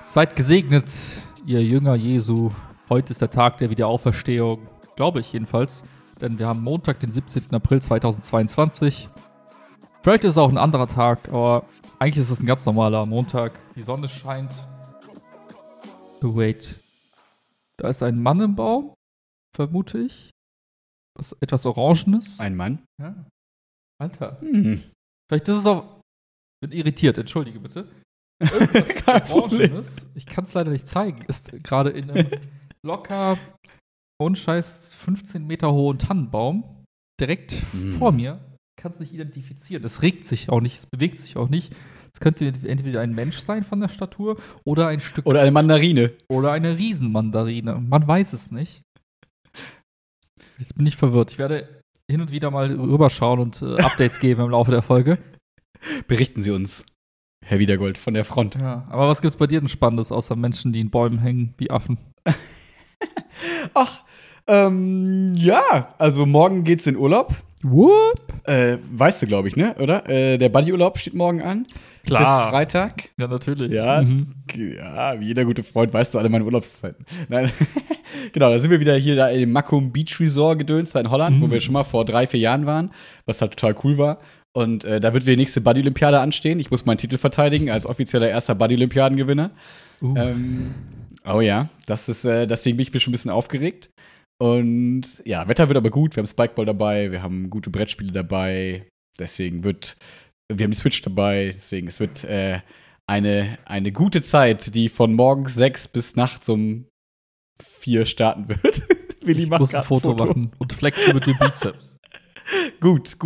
Seid gesegnet, ihr Jünger Jesu. Heute ist der Tag der Wiederauferstehung, glaube ich jedenfalls. Denn wir haben Montag, den 17. April 2022. Vielleicht ist es auch ein anderer Tag, aber eigentlich ist es ein ganz normaler Montag. Die Sonne scheint. Oh, wait. Da ist ein Mann im Baum, vermute ich. Was etwas Orangenes. Ein Mann? Ja. Alter. Vielleicht ist es auch... Ich bin irritiert, entschuldige bitte. Irgendwas Orangenes, ich kann es leider nicht zeigen, ist gerade in einem locker, ohne Scheiß, 15 Meter hohen Tannenbaum direkt vor mir. Kann es nicht identifizieren. Es regt sich auch nicht, es bewegt sich auch nicht. Es könnte entweder ein Mensch sein von der Statur oder ein Stück. Oder eine Mandarine. Oder eine Riesenmandarine. Man weiß es nicht. Jetzt bin ich verwirrt. Ich werde hin und wieder mal rüberschauen und Updates geben im Laufe der Folge. Berichten Sie uns, Herr Wiedergold, von der Front. Ja, aber was gibt's bei dir denn Spannendes, außer Menschen, die in Bäumen hängen wie Affen? Ach, ja, also morgen geht's in Urlaub. Whoop. Weißt du, glaube ich, ne? Oder? Der Buddy-Urlaub steht morgen an. Klar. Bis Freitag. Ja, natürlich. Ja, ja, wie jeder gute Freund weißt du alle meine Urlaubszeiten. Nein. Genau, da sind wir wieder hier da im Macum Beach Resort gedöns, da in Holland, wo wir schon mal vor 3-4 Jahren waren, was halt total cool war. Und da wird die nächste Buddy-Olympiade anstehen. Ich muss meinen Titel verteidigen als offizieller erster Buddy-Olympiadengewinner. Oh ja, das ist, deswegen bin ich schon ein bisschen aufgeregt. Und ja, Wetter wird aber gut. Wir haben Spikeball dabei, wir haben gute Brettspiele dabei. Wir haben die Switch dabei. Deswegen, es wird eine gute Zeit, die von morgens 6 bis nachts um 4 starten wird. Ich muss ein Foto machen und flexen mit dem Bizeps. Gut.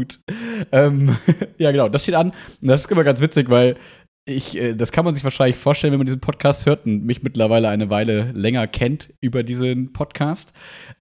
Ja, genau, das steht an. Und das ist immer ganz witzig, weil das kann man sich wahrscheinlich vorstellen, wenn man diesen Podcast hört und mich mittlerweile eine Weile länger kennt über diesen Podcast.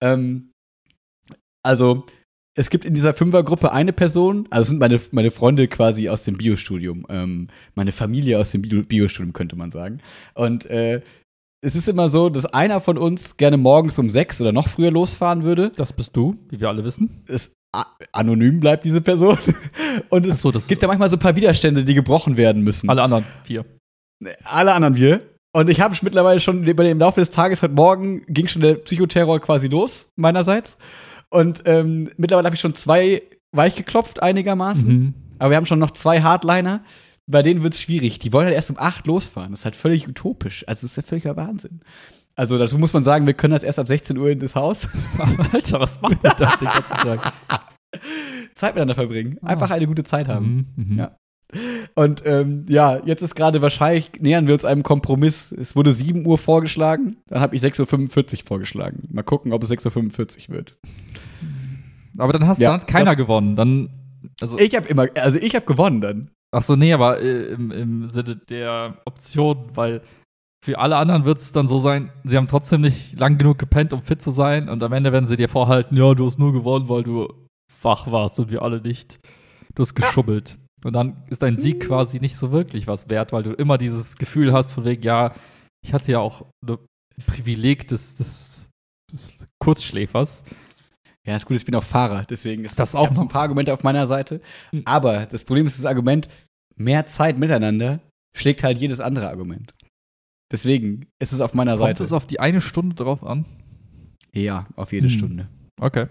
Also, es gibt in dieser Fünfergruppe eine Person, also es sind meine Freunde quasi aus dem Biostudium, meine Familie aus dem Biostudium, könnte man sagen. Und es ist immer so, dass einer von uns gerne morgens um 6 oder noch früher losfahren würde. Das bist du, wie wir alle wissen. Anonym bleibt diese Person. Und es gibt ja manchmal so ein paar Widerstände, die gebrochen werden müssen. Alle anderen 4. Alle anderen 4. Und ich habe mittlerweile schon im Laufe des Tages, heute Morgen, ging schon der Psychoterror quasi los, meinerseits. Und mittlerweile habe ich schon 2 weichgeklopft einigermaßen. Aber wir haben schon noch 2 Hardliner. Bei denen wird es schwierig. Die wollen halt erst um 8 losfahren. Das ist halt völlig utopisch. Also, das ist ja völliger Wahnsinn. Also, dazu muss man sagen, wir können das erst ab 16 Uhr in das Haus. Alter, was macht ihr da den ganzen Tag? Zeit miteinander verbringen. Einfach eine gute Zeit haben. Ja. Und ja, jetzt ist gerade wahrscheinlich, nähern wir uns einem Kompromiss. Es wurde 7 Uhr vorgeschlagen, dann habe ich 6:45 Uhr vorgeschlagen. Mal gucken, ob es 6:45 Uhr wird. Aber dann hat keiner gewonnen. Ich habe gewonnen dann. Ach so, nee, aber im Sinne der Option, weil für alle anderen wird es dann so sein, sie haben trotzdem nicht lang genug gepennt, um fit zu sein, und am Ende werden sie dir vorhalten, ja, du hast nur gewonnen, weil du wach warst und wir alle nicht. Du hast geschubbelt. Und dann ist dein Sieg quasi nicht so wirklich was wert, weil du immer dieses Gefühl hast von wegen, ja, ich hatte ja auch ein Privileg des Kurzschläfers. Ja, ist gut, ich bin auch Fahrer, deswegen ist das auch ich habe so ein paar Argumente auf meiner Seite. Aber das Problem ist das Argument, mehr Zeit miteinander schlägt halt jedes andere Argument. Deswegen ist es auf meiner Seite. Kommt es auf die eine Stunde drauf an? Ja, auf jede Stunde. Okay.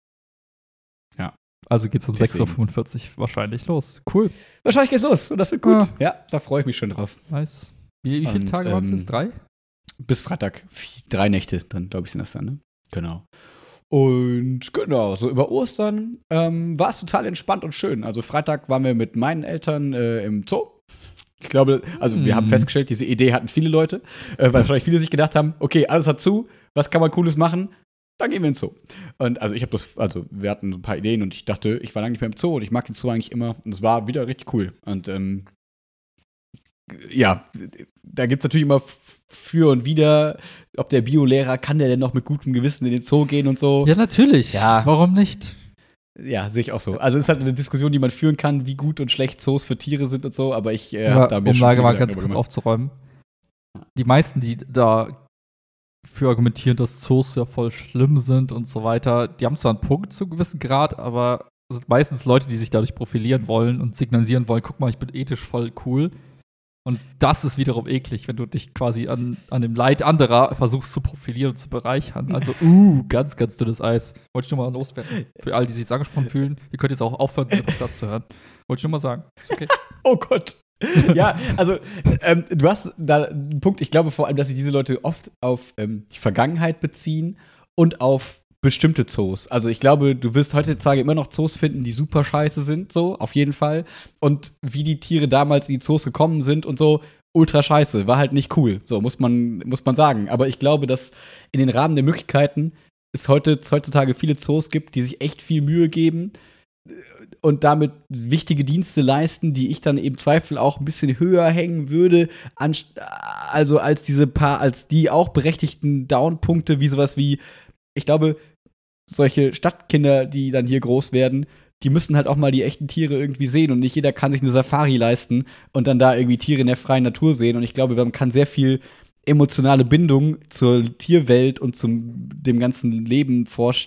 Ja. Also geht's um 6:45 Uhr wahrscheinlich los. Cool. Wahrscheinlich geht's los und das wird gut. Ja, da freue ich mich schon drauf. Nice. Wie viele Tage waren es jetzt? 3? Bis Freitag. 3 Nächte, dann glaube ich, sind das dann, ne? Genau. Und genau, so über Ostern war es total entspannt und schön. Also Freitag waren wir mit meinen Eltern im Zoo. Ich glaube, also wir haben festgestellt, diese Idee hatten viele Leute, weil wahrscheinlich viele sich gedacht haben, okay, alles hat zu, was kann man Cooles machen? Dann gehen wir in den Zoo. Und also wir hatten so ein paar Ideen und ich dachte, ich war lange nicht mehr im Zoo und ich mag den Zoo eigentlich immer und es war wieder richtig cool. Und ja, da gibt es natürlich immer für und wider, ob der Biolehrer, kann der denn noch mit gutem Gewissen in den Zoo gehen und so. Ja, natürlich. Ja. Warum nicht? Ja, sehe ich auch so. Also es ist halt eine Diskussion, die man führen kann, wie gut und schlecht Zoos für Tiere sind und so, aber ich habe da mir schon mal ganz kurz aufzuräumen. Die meisten, die da für argumentieren, dass Zoos ja voll schlimm sind und so weiter, die haben zwar einen Punkt zu einem gewissen Grad, aber es sind meistens Leute, die sich dadurch profilieren wollen und signalisieren wollen, guck mal, ich bin ethisch voll cool. Und das ist wiederum eklig, wenn du dich quasi an dem Leid anderer versuchst zu profilieren und zu bereichern. Also, ganz, ganz dünnes Eis. Wollte ich nur mal loswerden. Für alle, die sich jetzt angesprochen fühlen, ihr könnt jetzt auch aufhören, den Podcast zu hören. Wollte ich nur mal sagen. Ist okay. Oh Gott. Ja, also du hast da einen Punkt, ich glaube vor allem, dass sich diese Leute oft auf die Vergangenheit beziehen und auf bestimmte Zoos. Also ich glaube, du wirst heutzutage immer noch Zoos finden, die super scheiße sind, so, auf jeden Fall. Und wie die Tiere damals in die Zoos gekommen sind und so, ultra scheiße, war halt nicht cool, so, muss man sagen. Aber ich glaube, dass in den Rahmen der Möglichkeiten es heutzutage viele Zoos gibt, die sich echt viel Mühe geben und damit wichtige Dienste leisten, die ich dann im Zweifel auch ein bisschen höher hängen würde, also als die auch berechtigten Downpunkte, wie sowas wie, ich glaube, solche Stadtkinder, die dann hier groß werden, die müssen halt auch mal die echten Tiere irgendwie sehen und nicht jeder kann sich eine Safari leisten und dann da irgendwie Tiere in der freien Natur sehen. Und ich glaube, man kann sehr viel emotionale Bindung zur Tierwelt und zum dem ganzen Leben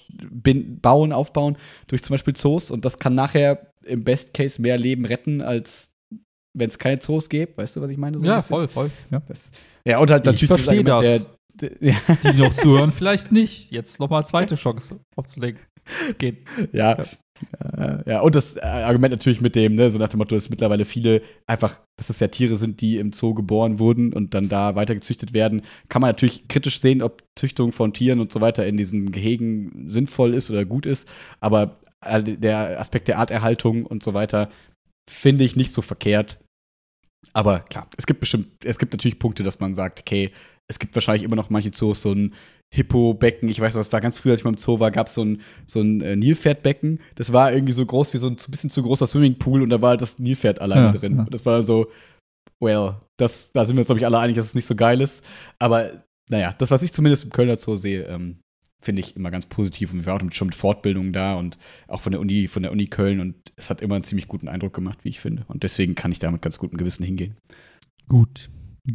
aufbauen durch zum Beispiel Zoos. Und das kann nachher im Best Case mehr Leben retten, als wenn es keine Zoos gäbe. Weißt du, was ich meine? So ja, voll. Ja, und halt natürlich ich verstehe das. Die noch zuhören, vielleicht nicht. Jetzt noch mal zweite Chance aufzulegen. Es geht. Ja, und das Argument natürlich mit dem, ne, so nach dem Motto, dass mittlerweile viele einfach, dass es ja Tiere sind, die im Zoo geboren wurden und dann da weiter gezüchtet werden, kann man natürlich kritisch sehen, ob Züchtung von Tieren und so weiter in diesen Gehegen sinnvoll ist oder gut ist. Aber der Aspekt der Arterhaltung und so weiter finde ich nicht so verkehrt. Aber klar, es gibt natürlich Punkte, dass man sagt, okay, es gibt wahrscheinlich immer noch manche Zoos, so ein Hippo-Becken. Ich weiß noch, was da ganz früh, als ich mal im Zoo war, gab es so ein Nilpferdbecken. Das war irgendwie so groß wie so ein bisschen zu großer Swimmingpool und da war halt das Nilpferd alleine drin. Und das war so, da sind wir uns, glaube ich, alle einig, dass es nicht so geil ist. Aber naja, das, was ich zumindest im Kölner Zoo sehe, finde ich immer ganz positiv. Und wir waren auch schon mit Fortbildungen da und auch von der Uni Köln. Und es hat immer einen ziemlich guten Eindruck gemacht, wie ich finde. Und deswegen kann ich da mit ganz gutem Gewissen hingehen. Gut.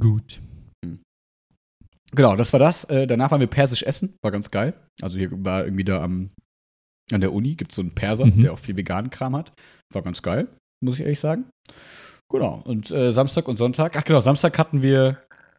Genau, das war das. Danach waren wir persisch essen, war ganz geil. Also hier war irgendwie da an der Uni, gibt es so einen Perser, der auch viel veganen Kram hat. War ganz geil, muss ich ehrlich sagen. Genau, und Samstag und Sonntag, Samstag hatten wir,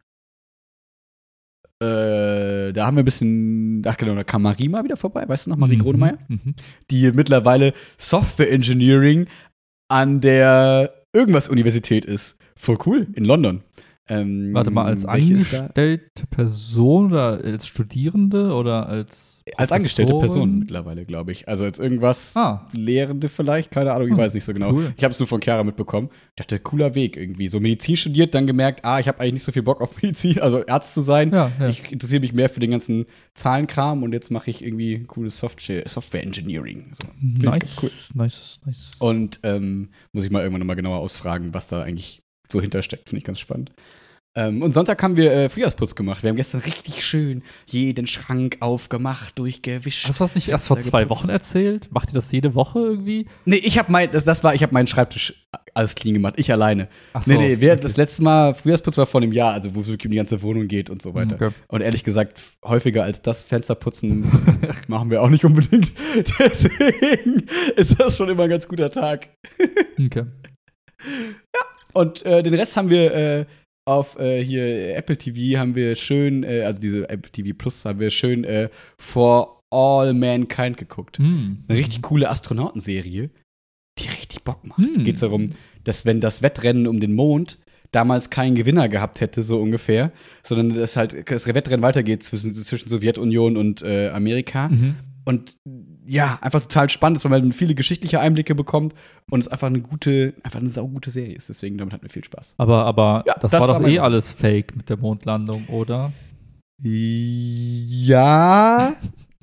da haben wir ein bisschen, da kam Marie mal wieder vorbei, weißt du noch, Marie Gronemeyer? Die mittlerweile Software Engineering an der Irgendwas-Universität ist. Voll cool, in London. Warte mal, als angestellte Person oder als Studierende oder als angestellte Person mittlerweile, glaube ich. Also als irgendwas Lehrende vielleicht, keine Ahnung, ich weiß nicht so genau. Cool. Ich habe es nur von Chiara mitbekommen. Ich dachte, cooler Weg irgendwie. So Medizin studiert, dann gemerkt, ich habe eigentlich nicht so viel Bock auf Medizin, also Arzt zu sein. Ja. Ich interessiere mich mehr für den ganzen Zahlenkram und jetzt mache ich irgendwie cooles Software Engineering. So, nice, ganz cool. Nice. Und muss ich mal irgendwann nochmal genauer ausfragen, was da eigentlich so hintersteckt, finde ich ganz spannend. Und Sonntag haben wir Frühjahrsputz gemacht. Wir haben gestern richtig schön jeden Schrank aufgemacht, durchgewischt. Hast du das nicht erst vor 2 Wochen erzählt? Macht ihr das jede Woche irgendwie? Nee, ich habe meinen Schreibtisch alles clean gemacht. Ich alleine. Ach so, das letzte Mal Frühjahrsputz war vor einem Jahr, also wo es wirklich um die ganze Wohnung geht und so weiter. Okay. Und ehrlich gesagt, häufiger als das Fensterputzen machen wir auch nicht unbedingt. Deswegen ist das schon immer ein ganz guter Tag. Okay. Ja. Und den Rest haben wir auf hier Apple TV haben wir schön, also diese Apple TV Plus haben wir schön For All Mankind geguckt. Eine richtig coole Astronautenserie, die richtig Bock macht. Geht's darum, dass wenn das Wettrennen um den Mond damals keinen Gewinner gehabt hätte, so ungefähr, sondern dass halt das Wettrennen weitergeht zwischen Sowjetunion und Amerika. Und ja, einfach total spannend ist, weil man viele geschichtliche Einblicke bekommt und es einfach eine saugute Serie ist. Deswegen, damit hatten wir viel Spaß. Aber ja, das war doch alles fake mit der Mondlandung, oder? Ja.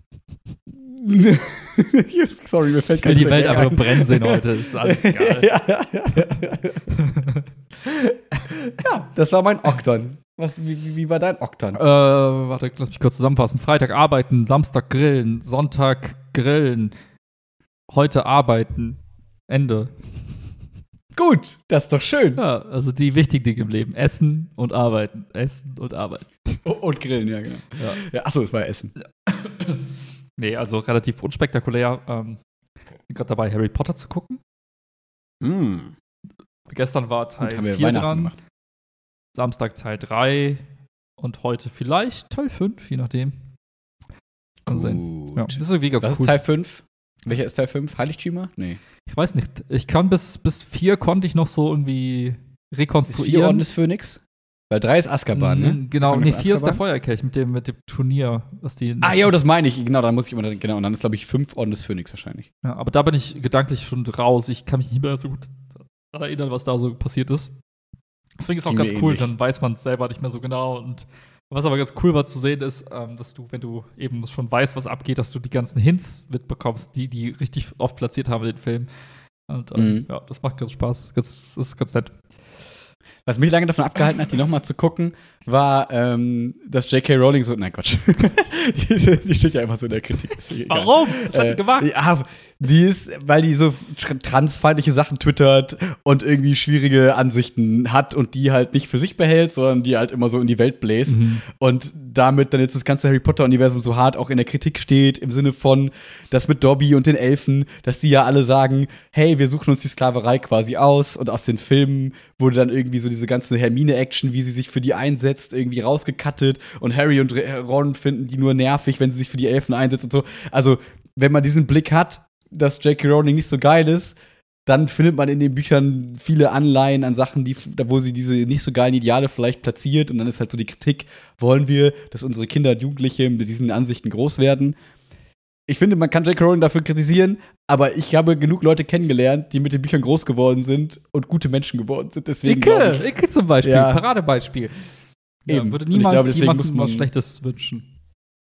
Sorry, mir fällt ich will die Welt einfach nur brennen sehen heute. Das ist alles egal. Ja, das war mein Okton. Wie war dein Okton? Warte, lass mich kurz zusammenfassen. Freitag arbeiten, Samstag grillen, Sonntag grillen, heute arbeiten. Ende. Gut, das ist doch schön. Ja, also die wichtigen Dinge im Leben. Essen und arbeiten. Essen und arbeiten. Und grillen, ja, genau. Ja, achso, es war Essen. Nee, also relativ unspektakulär. Bin gerade dabei, Harry Potter zu gucken. Gestern war Teil 4 dran. Gemacht. Samstag Teil 3 und heute vielleicht Teil 5, je nachdem. Kann sein. Ja, das ist irgendwie ganz cool. Was ist Teil 5? Welcher ist Teil 5? Heiligtümer? Nee. Ich weiß nicht. Ich kann bis 4 konnte ich noch so irgendwie rekonstruieren. Ist 4 Orden des Phönix? Weil 3 ist Azkaban, ne? Genau, 4 ist der Feuerkelch mit dem Turnier. Was die das meine ich. Genau, da muss ich immer genau. Und dann ist, glaube ich, 5 Orden des Phönix wahrscheinlich. Ja, aber da bin ich gedanklich schon raus. Ich kann mich nicht mehr so gut daran erinnern, was da so passiert ist. Deswegen ist es auch ganz cool, dann weiß man es selber nicht mehr so genau. Und was aber ganz cool war zu sehen, ist, dass du, wenn du eben schon weißt, was abgeht, dass du die ganzen Hints mitbekommst, die richtig oft platziert haben in den Film. Und ja, das macht ganz Spaß. Das ist ganz nett. Was mich lange davon abgehalten hat, die nochmal zu gucken, war, dass J.K. Rowling so, nein, Quatsch. die steht ja immer so in der Kritik. Warum? Was hat die gemacht? Ja, die ist, weil die so transfeindliche Sachen twittert und irgendwie schwierige Ansichten hat und die halt nicht für sich behält, sondern die halt immer so in die Welt bläst. Und damit dann jetzt das ganze Harry Potter-Universum so hart auch in der Kritik steht, im Sinne von, das mit Dobby und den Elfen, dass die ja alle sagen, hey, wir suchen uns die Sklaverei quasi aus. Und aus den Filmen wurde dann irgendwie so diese ganze Hermine-Action, wie sie sich für die einsetzt, irgendwie rausgekattet. Und Harry und Ron finden die nur nervig, wenn sie sich für die Elfen einsetzt und so. Also, wenn man diesen Blick hat, dass J.K. Rowling nicht so geil ist, dann findet man in den Büchern viele Anleihen an Sachen, wo sie diese nicht so geilen Ideale vielleicht platziert. Und dann ist halt so die Kritik, wollen wir, dass unsere Kinder und Jugendliche mit diesen Ansichten groß werden? Ich finde, man kann J.K. Rowling dafür kritisieren, aber ich habe genug Leute kennengelernt, die mit den Büchern groß geworden sind und gute Menschen geworden sind. Deswegen Icke zum Beispiel, ja. Paradebeispiel. Ja, würde niemals jemandem was Schlechtes wünschen.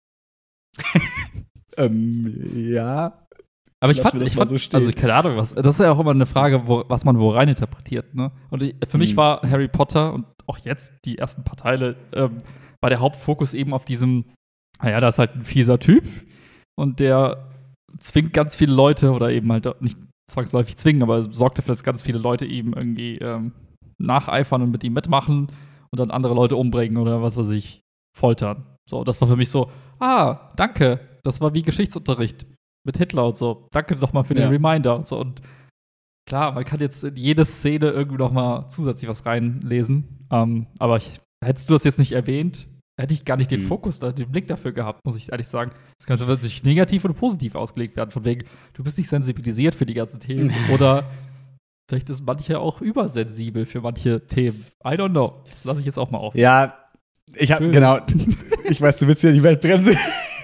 Ja. Aber ich fand also keine Ahnung, das ist ja auch immer eine Frage, was man wo rein interpretiert, ne? Und für mich war Harry Potter und auch jetzt die ersten paar Teile war der Hauptfokus eben auf diesem, naja, da ist halt ein fieser Typ und der zwingt ganz viele Leute oder eben halt nicht zwangsläufig zwingen, aber sorgt dafür, dass ganz viele Leute ihm irgendwie nacheifern und mit ihm mitmachen und dann andere Leute umbringen oder was weiß ich, foltern. So, das war für mich so, danke, das war wie Geschichtsunterricht mit Hitler und so. Danke nochmal für den Reminder und so. Und klar, man kann jetzt in jede Szene irgendwie noch mal zusätzlich was reinlesen. Aber hättest du das jetzt nicht erwähnt, hätte ich gar nicht den Fokus, den Blick dafür gehabt, muss ich ehrlich sagen. Das Ganze wird sich negativ oder positiv ausgelegt werden. Von wegen, du bist nicht sensibilisiert für die ganzen Themen. Oder vielleicht ist manche auch übersensibel für manche Themen. I don't know. Das lasse ich jetzt auch mal auf. Ja, ich weiß, du willst hier die Welt bremsen.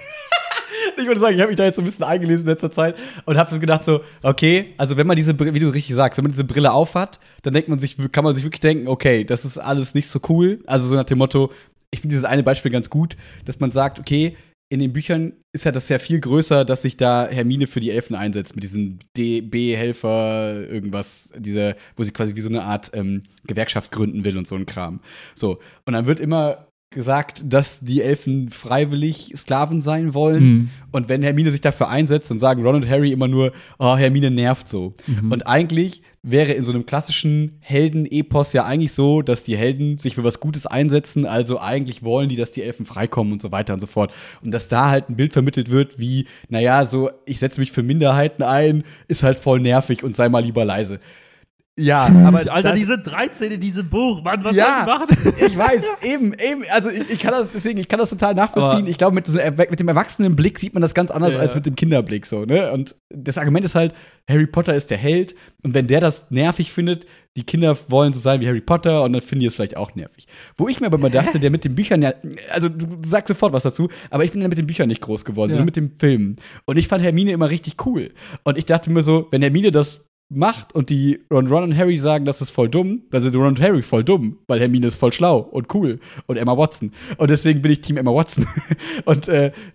Ich würde sagen, ich habe mich da jetzt so ein bisschen eingelesen in letzter Zeit und habe so gedacht so, okay, also wenn man diese Brille, wie du richtig sagst, wenn man diese Brille aufhat, dann kann man sich wirklich denken, okay, das ist alles nicht so cool. Also so nach dem Motto, ich finde dieses eine Beispiel ganz gut, dass man sagt, okay, in den Büchern ist ja das ja viel größer, dass sich da Hermine für die Elfen einsetzt, mit diesem DB-Helfer, irgendwas, wo sie quasi wie so eine Art Gewerkschaft gründen will und so ein Kram. So, und dann wird immer gesagt, dass die Elfen freiwillig Sklaven sein wollen. Und wenn Hermine sich dafür einsetzt, dann sagen Ron und Harry immer nur, oh, Hermine nervt so. Und eigentlich wäre in so einem klassischen Helden-Epos ja eigentlich so, dass die Helden sich für was Gutes einsetzen, also eigentlich wollen die, dass die Elfen freikommen und so weiter und so fort. Und dass da halt ein Bild vermittelt wird wie, naja, so, ich setze mich für Minderheiten ein, ist halt voll nervig und sei mal lieber leise. Ja, aber Alter, die sind 13 in diesem Buch, Mann, was soll ich machen? Ich weiß, eben, also ich kann das total nachvollziehen. Aber ich glaube, mit dem erwachsenen Blick sieht man das ganz anders als mit dem Kinderblick so, ne? Und das Argument ist halt, Harry Potter ist der Held und wenn der das nervig findet, die Kinder wollen so sein wie Harry Potter und dann finden die es vielleicht auch nervig. Wo ich mir aber mal dachte, der mit den Büchern ja, also du sagst sofort was dazu, aber ich bin ja mit den Büchern nicht groß geworden, sondern mit dem Film. Und ich fand Hermine immer richtig cool. Und ich dachte mir so, wenn Hermine das macht und die Ron und Harry sagen, das ist voll dumm, dann sind Ron und Harry voll dumm, weil Hermine ist voll schlau und cool und Emma Watson. Und deswegen bin ich Team Emma Watson. Und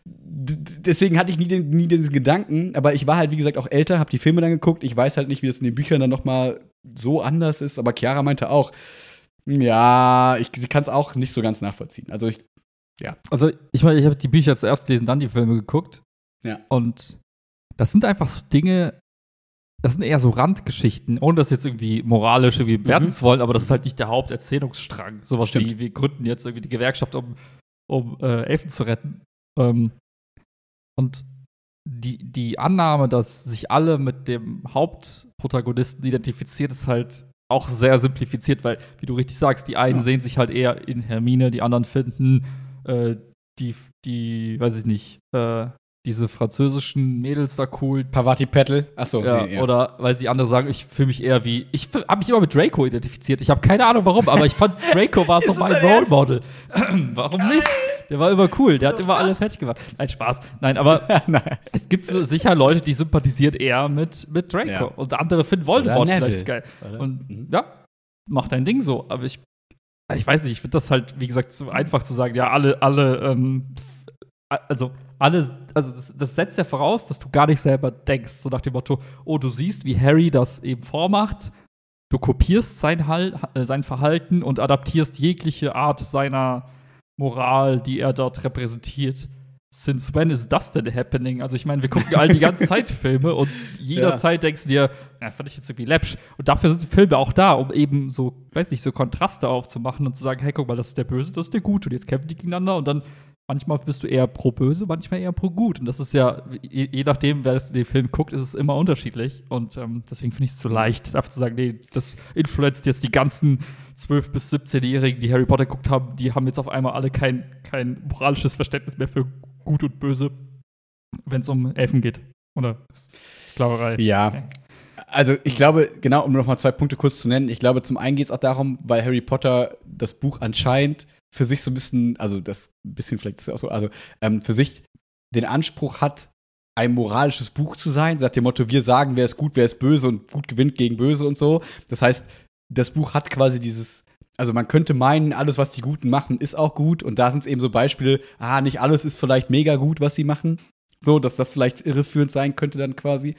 deswegen hatte ich nie diesen Gedanken, aber ich war halt, wie gesagt, auch älter, habe die Filme dann geguckt. Ich weiß halt nicht, wie das in den Büchern dann noch mal so anders ist, aber Chiara meinte auch, ja, sie kann es auch nicht so ganz nachvollziehen. Also ich meine, ich habe die Bücher zuerst gelesen, dann die Filme geguckt. Ja. Und das sind einfach so Dinge, das sind eher so Randgeschichten, ohne das jetzt irgendwie moralisch irgendwie bewerten zu wollen, aber das ist halt nicht der Haupterzählungsstrang. Sowas wie, wir gründen jetzt irgendwie die Gewerkschaft, um Elfen zu retten. Und die Annahme, dass sich alle mit dem Hauptprotagonisten identifiziert, ist halt auch sehr simplifiziert, weil, wie du richtig sagst, die einen sehen sich halt eher in Hermine, die anderen finden die, weiß ich nicht, diese französischen Mädels da cool. Pavati Petal. Achso, ja, nee, ja. Oder weil die anderen sagen, ich fühle mich eher wie. Ich habe mich immer mit Draco identifiziert. Ich habe keine Ahnung warum, aber ich fand Draco war so mein Role Model. Warum nicht? Der war immer cool. Der hat immer alles fertig gemacht. Nein, Spaß. Nein, aber es gibt so sicher Leute, die sympathisieren eher mit Draco. Ja. Und andere finden Voldemort vielleicht geil. Oder? Und ja, mach dein Ding so. Aber ich weiß nicht, ich finde das halt, wie gesagt, so einfach zu sagen, ja, das setzt ja voraus, dass du gar nicht selber denkst, so nach dem Motto, oh, du siehst, wie Harry das eben vormacht, du kopierst sein Verhalten und adaptierst jegliche Art seiner Moral, die er dort repräsentiert. Since when is das denn happening? Also ich meine, wir gucken all die ganze Zeit Filme und jederzeit denkst du dir, fand ich jetzt irgendwie läppsch. Und dafür sind die Filme auch da, um eben so, weiß nicht, so Kontraste aufzumachen und zu sagen, hey, guck mal, das ist der Böse, das ist der Gute. Und jetzt kämpfen die gegeneinander und dann manchmal bist du eher pro Böse, manchmal eher pro Gut. Und das ist ja, je nachdem, wer den Film guckt, ist es immer unterschiedlich. Und deswegen finde ich es zu leicht, dafür zu sagen, nee, das influenzt jetzt die ganzen 12- bis 17-Jährigen, die Harry Potter geguckt haben, die haben jetzt auf einmal alle kein moralisches Verständnis mehr für Gut und Böse, wenn es um Elfen geht. Oder Sklaverei. Ja. Also ich glaube, genau, um noch mal 2 Punkte kurz zu nennen, ich glaube, zum einen geht es auch darum, weil Harry Potter das Buch anscheinend für sich so ein bisschen, also das ein bisschen vielleicht ist auch so, also für sich den Anspruch hat, ein moralisches Buch zu sein, sagt dem Motto, wir sagen, wer ist gut, wer ist böse und gut gewinnt gegen böse und so. Das heißt, das Buch hat quasi dieses, also man könnte meinen, alles, was die Guten machen, ist auch gut. Und da sind es eben so Beispiele, nicht alles ist vielleicht mega gut, was sie machen. So, dass das vielleicht irreführend sein könnte dann quasi.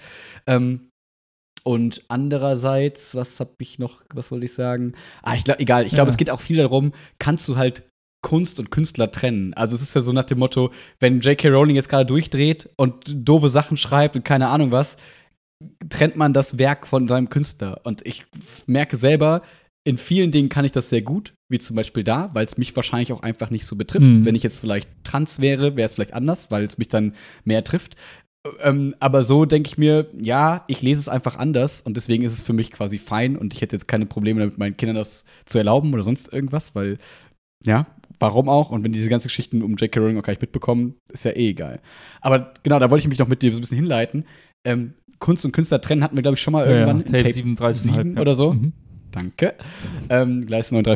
Und andererseits, was wollte ich sagen? Ich glaube, es geht auch viel darum, kannst du halt Kunst und Künstler trennen. Also es ist ja so nach dem Motto, wenn J.K. Rowling jetzt gerade durchdreht und doofe Sachen schreibt und keine Ahnung was, trennt man das Werk von seinem Künstler. Und ich merke selber, in vielen Dingen kann ich das sehr gut, wie zum Beispiel da, weil es mich wahrscheinlich auch einfach nicht so betrifft. Wenn ich jetzt vielleicht trans wäre, wäre es vielleicht anders, weil es mich dann mehr trifft. Aber so denke ich mir, ja, ich lese es einfach anders und deswegen ist es für mich quasi fein und ich hätte jetzt keine Probleme damit, meinen Kindern das zu erlauben oder sonst irgendwas, weil, ja, warum auch? Und wenn diese ganzen Geschichten um J.K. Rowling auch gar nicht mitbekommen, ist ja egal. Aber genau, da wollte ich mich noch mit dir so ein bisschen hinleiten. Kunst und Künstler trennen hatten wir, glaube ich, schon mal irgendwann in Tape 37 oder so. Danke. Gleis 9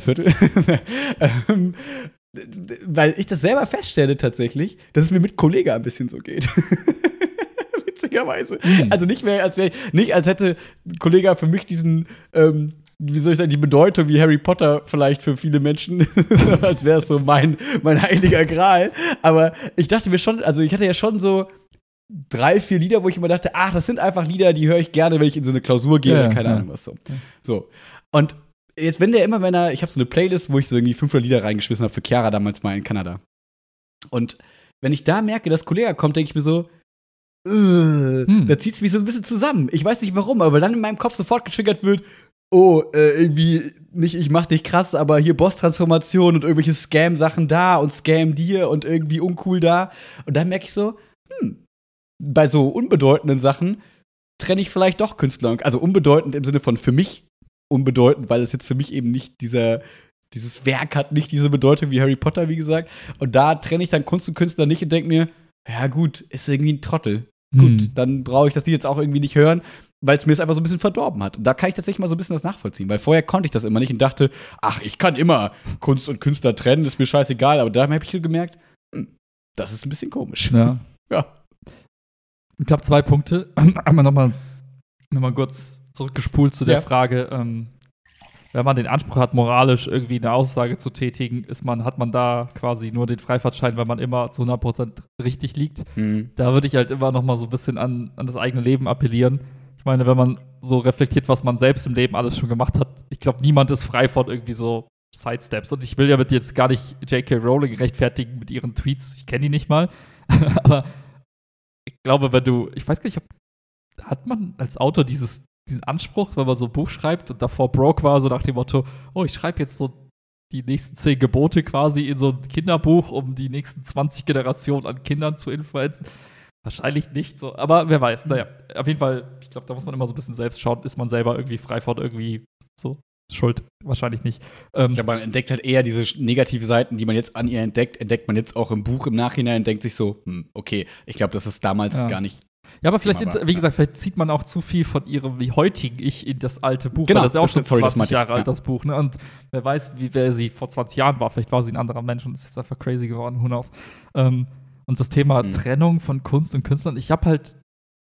3/4. Weil ich das selber feststelle tatsächlich, dass es mir mit Kollega ein bisschen so geht. Witzigerweise. Also nicht mehr, als hätte Kollega für mich diesen, wie soll ich sagen, die Bedeutung wie Harry Potter vielleicht für viele Menschen, als wäre es so mein heiliger Gral. Aber ich dachte mir schon, also ich hatte ja schon so 3, 4 Lieder, wo ich immer dachte, das sind einfach Lieder, die höre ich gerne, wenn ich in so eine Klausur gehe oder keine Ahnung was so. So. Und jetzt, ich habe so eine Playlist, wo ich so irgendwie 500 Lieder reingeschmissen habe für Chiara damals mal in Kanada. Und wenn ich da merke, dass Kollega kommt, denke ich mir so, da zieht es mich so ein bisschen zusammen. Ich weiß nicht warum, aber dann in meinem Kopf sofort getriggert wird, irgendwie nicht ich mach dich krass, aber hier Boss-Transformation und irgendwelche Scam-Sachen da und Scam dir und irgendwie uncool da. Und dann merke ich so, bei so unbedeutenden Sachen trenne ich vielleicht doch Künstler. Also unbedeutend im Sinne von für mich unbedeutend, weil es jetzt für mich eben nicht dieses Werk hat, nicht diese Bedeutung wie Harry Potter, wie gesagt. Und da trenne ich dann Kunst und Künstler nicht und denke mir, ja gut, ist irgendwie ein Trottel. Gut, dann brauche ich das Lied jetzt auch irgendwie nicht hören, weil es mir es einfach so ein bisschen verdorben hat. Und da kann ich tatsächlich mal so ein bisschen das nachvollziehen, weil vorher konnte ich das immer nicht und dachte, ich kann immer Kunst und Künstler trennen, ist mir scheißegal. Aber da habe ich gemerkt, das ist ein bisschen komisch. Ja. Ich habe 2 Punkte. Einmal nochmal kurz zurückgespult zu der Frage, wenn man den Anspruch hat, moralisch irgendwie eine Aussage zu tätigen, hat man da quasi nur den Freifahrtschein, weil man immer zu 100% richtig liegt. Da würde ich halt immer noch mal so ein bisschen an das eigene Leben appellieren. Ich meine, wenn man so reflektiert, was man selbst im Leben alles schon gemacht hat, ich glaube, niemand ist frei von irgendwie so Sidesteps. Und ich will ja mit jetzt gar nicht J.K. Rowling rechtfertigen mit ihren Tweets. Ich kenne die nicht mal. Aber ich glaube, ich weiß gar nicht, hat man als Autor diesen Anspruch, wenn man so ein Buch schreibt und davor broke war, so nach dem Motto, ich schreibe jetzt so die nächsten 10 Gebote quasi in so ein Kinderbuch, um die nächsten 20 Generationen an Kindern zu influenzen. Wahrscheinlich nicht so, aber wer weiß. Naja, auf jeden Fall, ich glaube, da muss man immer so ein bisschen selbst schauen, ist man selber irgendwie frei von irgendwie so schuld. Wahrscheinlich nicht. Ich glaube, man entdeckt halt eher diese negative Seiten, die man jetzt an ihr entdeckt man jetzt auch im Buch im Nachhinein und denkt sich so, okay, ich glaube, das ist damals gar nicht. Ja, aber vielleicht, wie gesagt, vielleicht zieht man auch zu viel von ihrem wie heutigen Ich in das alte Buch. Genau, weil das ist ja auch schon 20 Jahre alt, ja. das Buch. Ne? Und wer weiß, wer sie vor 20 Jahren war. Vielleicht war sie ein anderer Mensch und ist jetzt einfach crazy geworden. Who knows? Und das Thema Trennung von Kunst und Künstlern. Ich habe halt,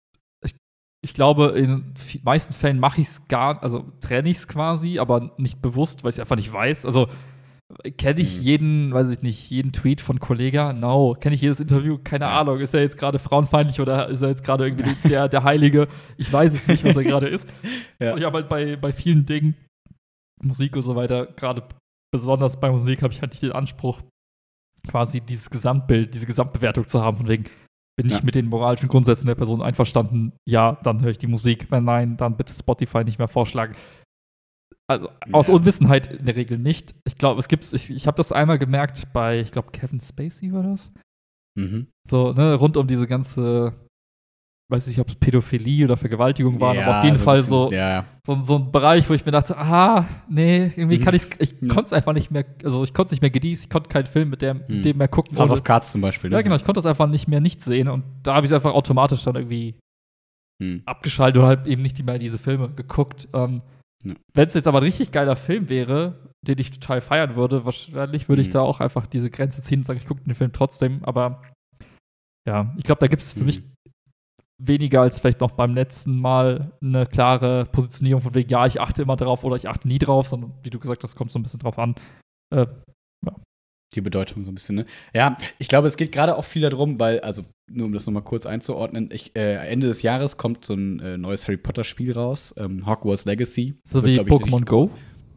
ich glaube, in meisten Fällen mache ich es trenne ich es quasi, aber nicht bewusst, weil ich es einfach nicht weiß. Also kenne ich jeden Tweet von Kollega? No. Kenne ich jedes Interview? Keine Ahnung. Ist er jetzt gerade frauenfeindlich oder ist er jetzt gerade irgendwie der Heilige? Ich weiß es nicht, was er gerade ist. Und ich habe halt bei vielen Dingen, Musik und so weiter, gerade besonders bei Musik, habe ich halt nicht den Anspruch, quasi dieses Gesamtbild, diese Gesamtbewertung zu haben, von wegen, bin ich mit den moralischen Grundsätzen der Person einverstanden? Ja, dann höre ich die Musik. Wenn nein, dann bitte Spotify nicht mehr vorschlagen. Also aus Unwissenheit in der Regel nicht. Ich glaube, ich habe das einmal gemerkt bei, ich glaube, Kevin Spacey war das. So, ne, rund um diese ganze, weiß nicht, ob es Pädophilie oder Vergewaltigung war, aber auf jeden Fall so ein Bereich, wo ich mir dachte, nee, irgendwie kann ich konnte es einfach nicht mehr, also ich konnte es nicht mehr genießen, ich konnte keinen Film mit dem mehr gucken. House of Cards zum Beispiel. Ja, genau, ich konnte das einfach nicht mehr nicht sehen und da habe ich es einfach automatisch dann irgendwie abgeschaltet oder halt eben nicht mehr diese Filme geguckt. Wenn es jetzt aber ein richtig geiler Film wäre, den ich total feiern würde, wahrscheinlich würde ich da auch einfach diese Grenze ziehen und sagen, ich gucke den Film trotzdem. Aber ja, ich glaube, da gibt es für mich weniger als vielleicht noch beim letzten Mal eine klare Positionierung von wegen, ja, ich achte immer drauf oder ich achte nie drauf, sondern wie du gesagt hast, kommt so ein bisschen drauf an. Die Bedeutung so ein bisschen, ne? Ja, ich glaube, es geht gerade auch viel darum, weil, also nur um das nochmal kurz einzuordnen, Ende des Jahres kommt so ein neues Harry Potter-Spiel raus, Hogwarts Legacy. So wie Pokémon Go?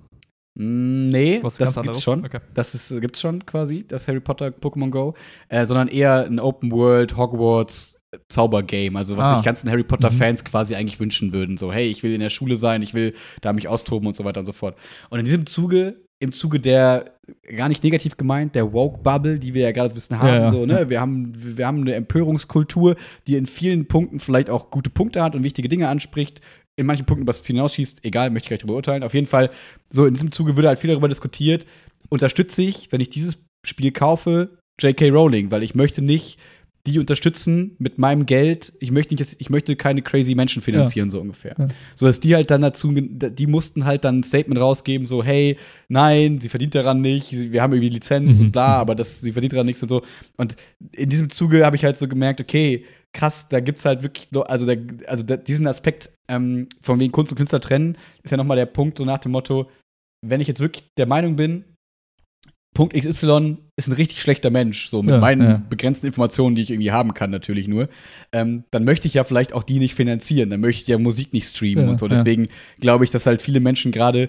Nee, was das gibt's schon. Okay. Gibt's schon quasi, das Harry Potter Pokémon Go, sondern eher ein Open World Hogwarts Zaubergame, also was sich ganzen Harry Potter Fans quasi eigentlich wünschen würden, so hey, ich will in der Schule sein, ich will da mich austoben und so weiter und so fort. Und in diesem Zuge der, gar nicht negativ gemeint, der Woke-Bubble, die wir ja gerade so ein bisschen haben, so, ne? Wir haben eine Empörungskultur, die in vielen Punkten vielleicht auch gute Punkte hat und wichtige Dinge anspricht, in manchen Punkten was hinausschießt, egal, möchte ich gleich darüber urteilen. Auf jeden Fall, so in diesem Zuge würde halt viel darüber diskutiert, unterstütze ich, wenn ich dieses Spiel kaufe, J.K. Rowling, weil ich möchte nicht die unterstützen mit meinem Geld. Ich möchte keine crazy Menschen finanzieren, so ungefähr. Ja. So dass die halt dann die mussten halt dann ein Statement rausgeben, so, hey, nein, sie verdient daran nicht, wir haben irgendwie Lizenz und bla, aber sie verdient daran nichts und so. Und in diesem Zuge habe ich halt so gemerkt, okay, krass, da gibt's halt wirklich, diesen Aspekt von wegen Kunst und Künstler trennen, ist ja nochmal der Punkt, so nach dem Motto, wenn ich jetzt wirklich der Meinung bin, Punkt XY ist ein richtig schlechter Mensch, so mit meinen begrenzten Informationen, die ich irgendwie haben kann, natürlich nur, dann möchte ich ja vielleicht auch die nicht finanzieren, dann möchte ich ja Musik nicht streamen und so. Deswegen glaube ich, dass halt viele Menschen gerade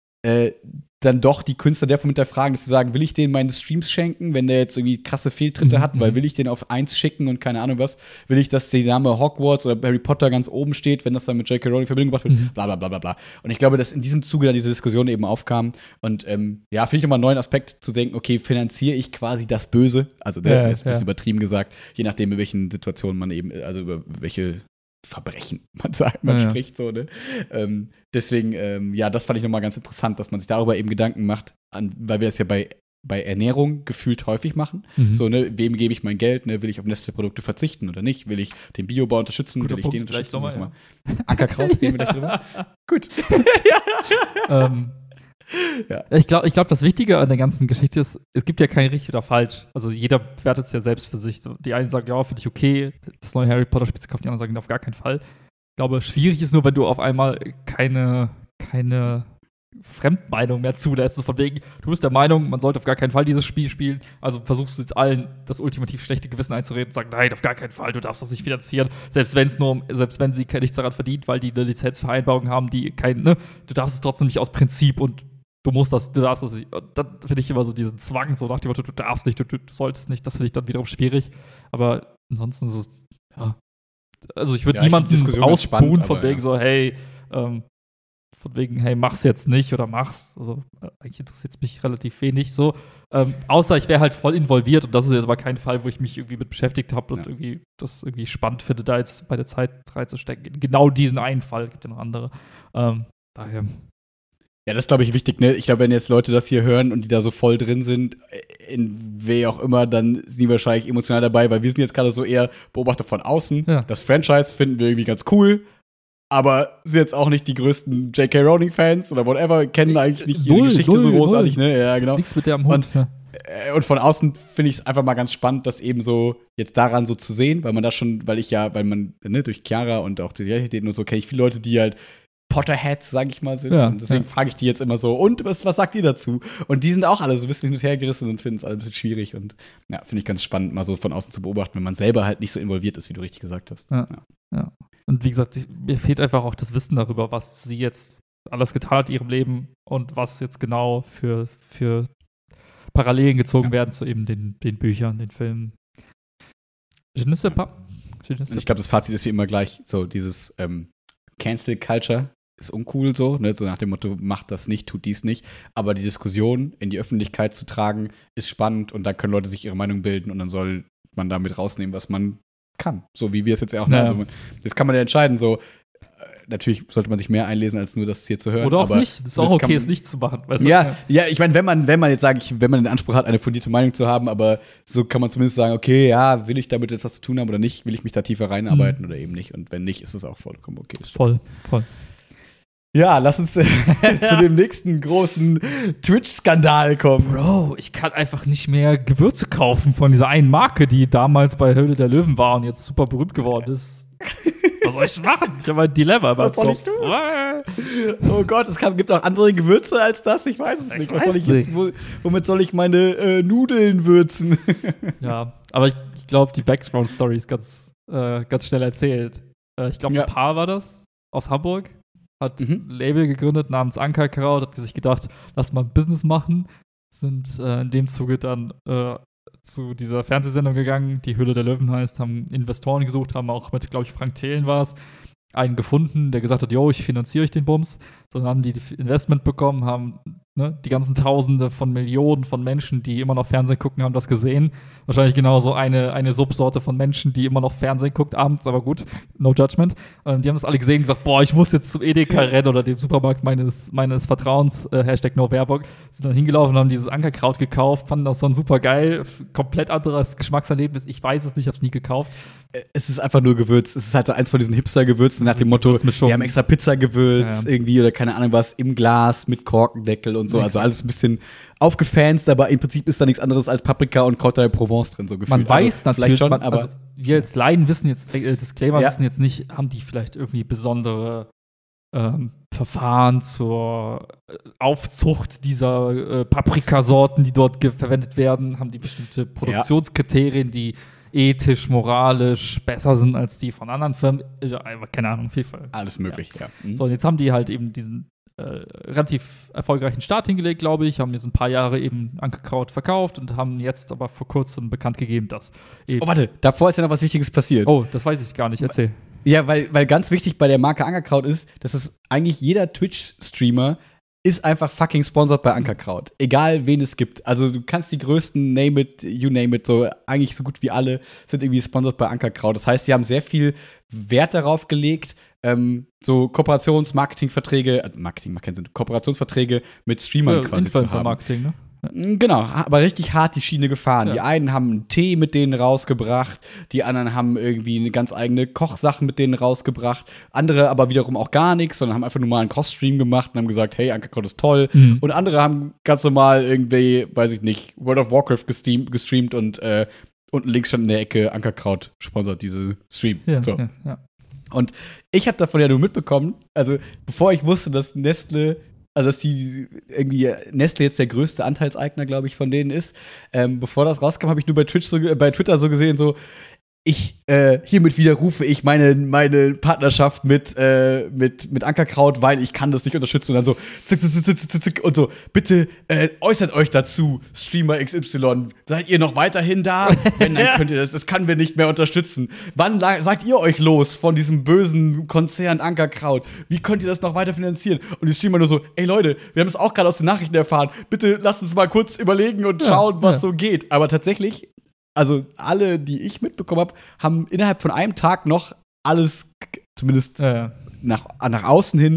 dann doch die Künstler davon hinterfragen, dass sie sagen, will ich denen meine Streams schenken, wenn der jetzt irgendwie krasse Fehltritte hat, weil will ich den auf 1 schicken und keine Ahnung was, will ich, dass der Name Hogwarts oder Harry Potter ganz oben steht, wenn das dann mit J.K. Rowling in Verbindung gebracht wird, bla bla bla bla bla. Und ich glaube, dass in diesem Zuge dann diese Diskussion eben aufkam und finde ich immer einen neuen Aspekt zu denken, okay, finanziere ich quasi das Böse, also ist ein bisschen übertrieben gesagt, je nachdem, in welchen Situationen man eben, also über welche Verbrechen man spricht, so, ne? Deswegen, das fand ich nochmal ganz interessant, dass man sich darüber eben Gedanken macht, weil wir das ja bei Ernährung gefühlt häufig machen. So, ne, wem gebe ich mein Geld, ne? Will ich auf Nestle-Produkte verzichten oder nicht? Will ich den Biobau unterstützen? Guter Will ich Punkt, den unterstützen? nochmal, Ankerkraut, reden wir gleich drüber. Gut. Ich glaube, das Wichtige an der ganzen Geschichte ist, es gibt ja kein richtig oder falsch. Also jeder bewertet es ja selbst für sich. Die einen sagen, ja, finde ich okay, das neue Harry Potter-Spiel zu kaufen, die anderen sagen, auf gar keinen Fall. Ich glaube, schwierig ist nur, wenn du auf einmal keine Fremdmeinung mehr zulässt. Von wegen, du bist der Meinung, man sollte auf gar keinen Fall dieses Spiel spielen, also versuchst du jetzt allen das ultimativ schlechte Gewissen einzureden und sagen, nein, auf gar keinen Fall, du darfst das nicht finanzieren, selbst wenn sie nichts daran verdient, weil die eine Lizenzvereinbarung haben, die du darfst es trotzdem nicht aus Prinzip und du darfst das nicht. Und dann finde ich immer so diesen Zwang, so nach dem Motto, du darfst nicht, du solltest nicht, das finde ich dann wiederum schwierig. Aber ansonsten ist es, also ich würde niemanden ausbuhen von wegen so, hey, mach's jetzt nicht oder mach's. Also eigentlich interessiert es mich relativ wenig so. Außer ich wäre halt voll involviert und das ist jetzt aber kein Fall, wo ich mich irgendwie mit beschäftigt habe und irgendwie das irgendwie spannend finde, da jetzt bei der Zeit reinzustecken. Genau diesen einen Fall, gibt ja noch andere. Daher. Ja, das ist, glaube ich, wichtig, ne? Ich glaube, wenn jetzt Leute das hier hören und die da so voll drin sind, in weh auch immer, dann sind die wahrscheinlich emotional dabei, weil wir sind jetzt gerade so eher Beobachter von außen. Ja. Das Franchise finden wir irgendwie ganz cool, aber sind jetzt auch nicht die größten J.K. Rowling-Fans oder whatever, kennen eigentlich nicht ihre Geschichte so großartig, ne? Ja, genau. Nichts mit der am Hund. Und von außen finde ich es einfach mal ganz spannend, das eben so jetzt daran so zu sehen, weil man da schon, weil man, ne, durch Chiara und auch die Identitäten und so kenne ich viele Leute, die halt Potterheads, sag ich mal, sind. Ja, und deswegen frage ich die jetzt immer so, und was sagt ihr dazu? Und die sind auch alle so ein bisschen hin und her gerissen und finden es alle ein bisschen schwierig. Und ja, finde ich ganz spannend, mal so von außen zu beobachten, wenn man selber halt nicht so involviert ist, wie du richtig gesagt hast. Ja. Und wie gesagt, mir fehlt einfach auch das Wissen darüber, was sie jetzt alles getan hat in ihrem Leben und was jetzt genau für Parallelen gezogen werden zu eben den Büchern, den Filmen. Je ne sais pas. Ich glaube, das Fazit ist wie immer gleich so, dieses Cancel Culture ist uncool so, ne? So nach dem Motto, macht das nicht, tut dies nicht. Aber die Diskussion in die Öffentlichkeit zu tragen, ist spannend und da können Leute sich ihre Meinung bilden und dann soll man damit rausnehmen, was man kann. So wie wir es jetzt ja auch machen. Also, das kann man ja entscheiden, so natürlich sollte man sich mehr einlesen, als nur das hier zu hören. Oder auch nicht. Das ist auch okay, es nicht zu machen. Weißt du? Ja, ich meine, wenn man jetzt sagt, wenn man den Anspruch hat, eine fundierte Meinung zu haben, aber so kann man zumindest sagen, okay, ja, will ich damit jetzt was zu tun haben oder nicht? Will ich mich da tiefer reinarbeiten oder eben nicht? Und wenn nicht, ist es auch vollkommen okay. Voll. Ja, lass uns zu dem nächsten großen Twitch-Skandal kommen. Bro, ich kann einfach nicht mehr Gewürze kaufen von dieser einen Marke, die damals bei Höhle der Löwen war und jetzt super berühmt geworden ist. Was soll ich machen? Ich habe ein Dilemma. Was soll ich tun? Oh Gott, gibt auch andere Gewürze als das? Ich weiß es nicht. Was soll ich jetzt, womit soll ich meine Nudeln würzen? Ja, aber ich glaube, die Background-Story ist ganz schnell erzählt. Ich glaube, ein Paar war das aus Hamburg. Hat ein Label gegründet namens Ankerkraut, hat sich gedacht, lass mal ein Business machen. Sind in dem Zuge dann zu dieser Fernsehsendung gegangen, die Höhle der Löwen heißt, haben Investoren gesucht, haben auch mit, glaube ich, Frank Thelen war es, einen gefunden, der gesagt hat, yo, ich finanziere euch den Bums. Sondern haben die Investment bekommen, haben die ganzen Tausende von Millionen von Menschen, die immer noch Fernsehen gucken, haben das gesehen. Wahrscheinlich genauso eine Subsorte von Menschen, die immer noch Fernsehen guckt abends, aber gut, no judgment. Die haben das alle gesehen und gesagt, boah, ich muss jetzt zum Edeka rennen oder dem Supermarkt meines Vertrauens, Hashtag no Werbung. Sind dann hingelaufen und haben dieses Ankerkraut gekauft, fanden das dann super geil, komplett anderes Geschmackserlebnis. Ich weiß es nicht, hab's nie gekauft. Es ist einfach nur Gewürz. Es ist halt so eins von diesen Hipster-Gewürzen nach dem Motto, wir haben extra Pizzagewürz irgendwie oder keine Ahnung was im Glas mit Korkendeckel und so. Also alles ein bisschen aufgefanzt, aber im Prinzip ist da nichts anderes als Paprika und Côte de Provence drin, so gefühlt. Man weiß also, natürlich, schon, aber wir als Laien wissen jetzt, Disclaimer wissen jetzt nicht, haben die vielleicht irgendwie besondere Verfahren zur Aufzucht dieser Paprikasorten, die dort verwendet werden? Haben die bestimmte Produktionskriterien, die ethisch, moralisch besser sind als die von anderen Firmen? Keine Ahnung, Vielfalt. Alles möglich, ja. So, und jetzt haben die halt eben diesen relativ erfolgreichen Start hingelegt, glaube ich, haben jetzt ein paar Jahre eben Ankerkraut verkauft und haben jetzt aber vor kurzem bekannt gegeben, dass eben warte, davor ist ja noch was Wichtiges passiert. Oh, das weiß ich gar nicht, erzähl. Ja, weil ganz wichtig bei der Marke Ankerkraut ist, dass es eigentlich jeder Twitch-Streamer ist einfach fucking sponsored bei Ankerkraut. Egal, wen es gibt. Also du kannst die größten, name it, you name it, so eigentlich so gut wie alle sind irgendwie sponsored bei Ankerkraut. Das heißt, sie haben sehr viel Wert darauf gelegt, so Kooperationsmarketingverträge, Marketing macht keinen Sinn, Kooperationsverträge mit Streamern quasi zu haben. Influencer-Marketing, ne? Genau, aber richtig hart die Schiene gefahren. Ja. Die einen haben einen Tee mit denen rausgebracht, die anderen haben irgendwie eine ganz eigene Kochsachen mit denen rausgebracht, andere aber wiederum auch gar nichts, sondern haben einfach nur mal einen Kochstream gemacht und haben gesagt, hey, Ankerkraut ist toll. Und andere haben ganz normal irgendwie, weiß ich nicht, World of Warcraft gestreamt und unten links stand in der Ecke Ankerkraut sponsert diese Stream. Ja, so. ja. Und ich habe davon ja nur mitbekommen, also bevor ich wusste, dass Nestle jetzt der größte Anteilseigner, glaube ich, von denen ist. Bevor das rauskam, habe ich nur bei Twitter so gesehen, so hiermit widerrufe ich meine Partnerschaft mit Ankerkraut, weil ich kann das nicht unterstützen. Und dann so zick, und so, bitte äußert euch dazu, Streamer XY. Seid ihr noch weiterhin da? Wenn, dann könnt ihr das können wir nicht mehr unterstützen. Wann sagt ihr euch los von diesem bösen Konzern Ankerkraut? Wie könnt ihr das noch weiter finanzieren? Und die Streamer nur so, ey Leute, wir haben es auch gerade aus den Nachrichten erfahren. Bitte lasst uns mal kurz überlegen und schauen, was so geht. Aber tatsächlich, also alle, die ich mitbekommen habe, haben innerhalb von einem Tag noch alles, zumindest nach außen hin,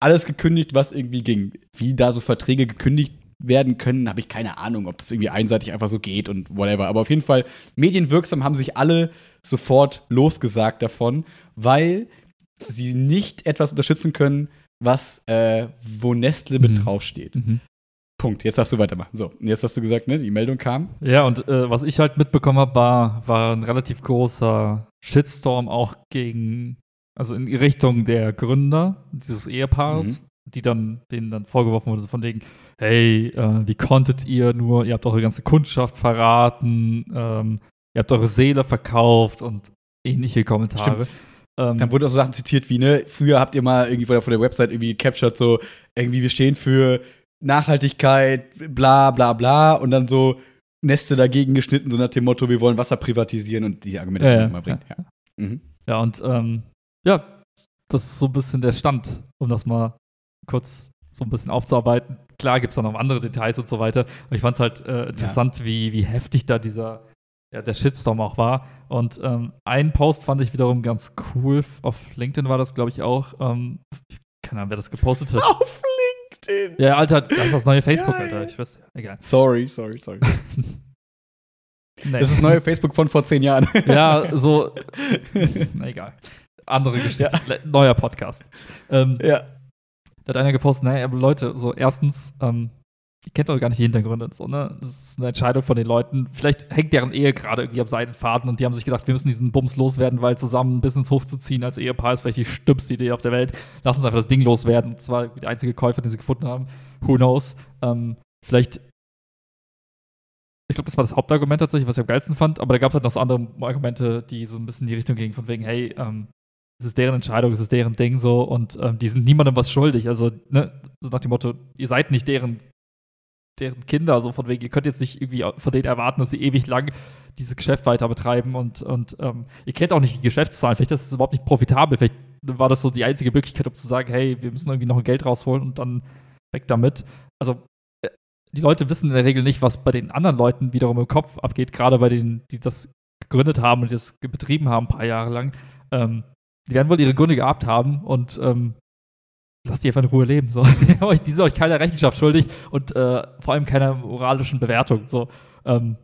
alles gekündigt, was irgendwie ging. Wie da so Verträge gekündigt werden können, habe ich keine Ahnung, ob das irgendwie einseitig einfach so geht und whatever. Aber auf jeden Fall, medienwirksam haben sich alle sofort losgesagt davon, weil sie nicht etwas unterstützen können, wo Nestle mit draufsteht. Punkt. Jetzt darfst du weitermachen. So, und jetzt hast du gesagt, ne, die Meldung kam. Ja, und was ich halt mitbekommen habe, war ein relativ großer Shitstorm auch also in die Richtung der Gründer dieses Ehepaares, denen dann vorgeworfen wurde, von wegen, hey, wie konntet ihr nur, ihr habt eure ganze Kundschaft verraten, ihr habt eure Seele verkauft und ähnliche Kommentare. Dann wurden auch so Sachen zitiert wie, ne, früher habt ihr mal irgendwie von der Website irgendwie gecaptured, so, irgendwie wir stehen für Nachhaltigkeit, bla bla bla, und dann so Nestle dagegen geschnitten, so nach dem Motto, wir wollen Wasser privatisieren und die Argumente, die man mal bringt. Ja, und das ist so ein bisschen der Stand, um das mal kurz so ein bisschen aufzuarbeiten. Klar gibt es dann noch andere Details und so weiter, aber ich fand es halt interessant, wie heftig da der Shitstorm auch war. Und einen Post fand ich wiederum ganz cool. Auf LinkedIn war das, glaube ich, auch. Keine Ahnung, wer das gepostet hat. Auf LinkedIn! Ja, Alter, das ist das neue Facebook, Alter. Ich weiß, egal. Sorry. Nee. Das ist das neue Facebook von vor 10 Jahren. Ja, so. Na, egal. Andere Geschichte. Ja. Neuer Podcast. Da hat einer gepostet, naja, aber Leute, so erstens, ihr kennt doch gar nicht die Hintergründe und so, ne? Das ist eine Entscheidung von den Leuten. Vielleicht hängt deren Ehe gerade irgendwie am Seidenfaden und die haben sich gedacht, wir müssen diesen Bums loswerden, weil zusammen ein Business hochzuziehen als Ehepaar ist vielleicht die dümmste Idee auf der Welt. Lass uns einfach das Ding loswerden. Und zwar die einzige Käufer, den sie gefunden haben. Who knows? Vielleicht, ich glaube, das war das Hauptargument tatsächlich, was ich am geilsten fand, aber da gab es halt noch so andere Argumente, die so ein bisschen in die Richtung gingen, von wegen, hey, es ist deren Entscheidung, es ist deren Ding so und die sind niemandem was schuldig. Also, ne, so nach dem Motto, ihr seid nicht deren Kinder, so von wegen, ihr könnt jetzt nicht irgendwie von denen erwarten, dass sie ewig lang dieses Geschäft weiter betreiben und ihr kennt auch nicht die Geschäftszahlen, vielleicht ist es überhaupt nicht profitabel, vielleicht war das so die einzige Möglichkeit, um zu sagen, hey, wir müssen irgendwie noch ein Geld rausholen und dann weg damit. Also die Leute wissen in der Regel nicht, was bei den anderen Leuten wiederum im Kopf abgeht, gerade bei denen, die das gegründet haben und das betrieben haben, ein paar Jahre lang. Die werden wohl ihre Gründe gehabt haben und lasst die einfach in Ruhe leben. So. Die sind euch keiner Rechenschaft schuldig und vor allem keiner moralischen Bewertung. So. Also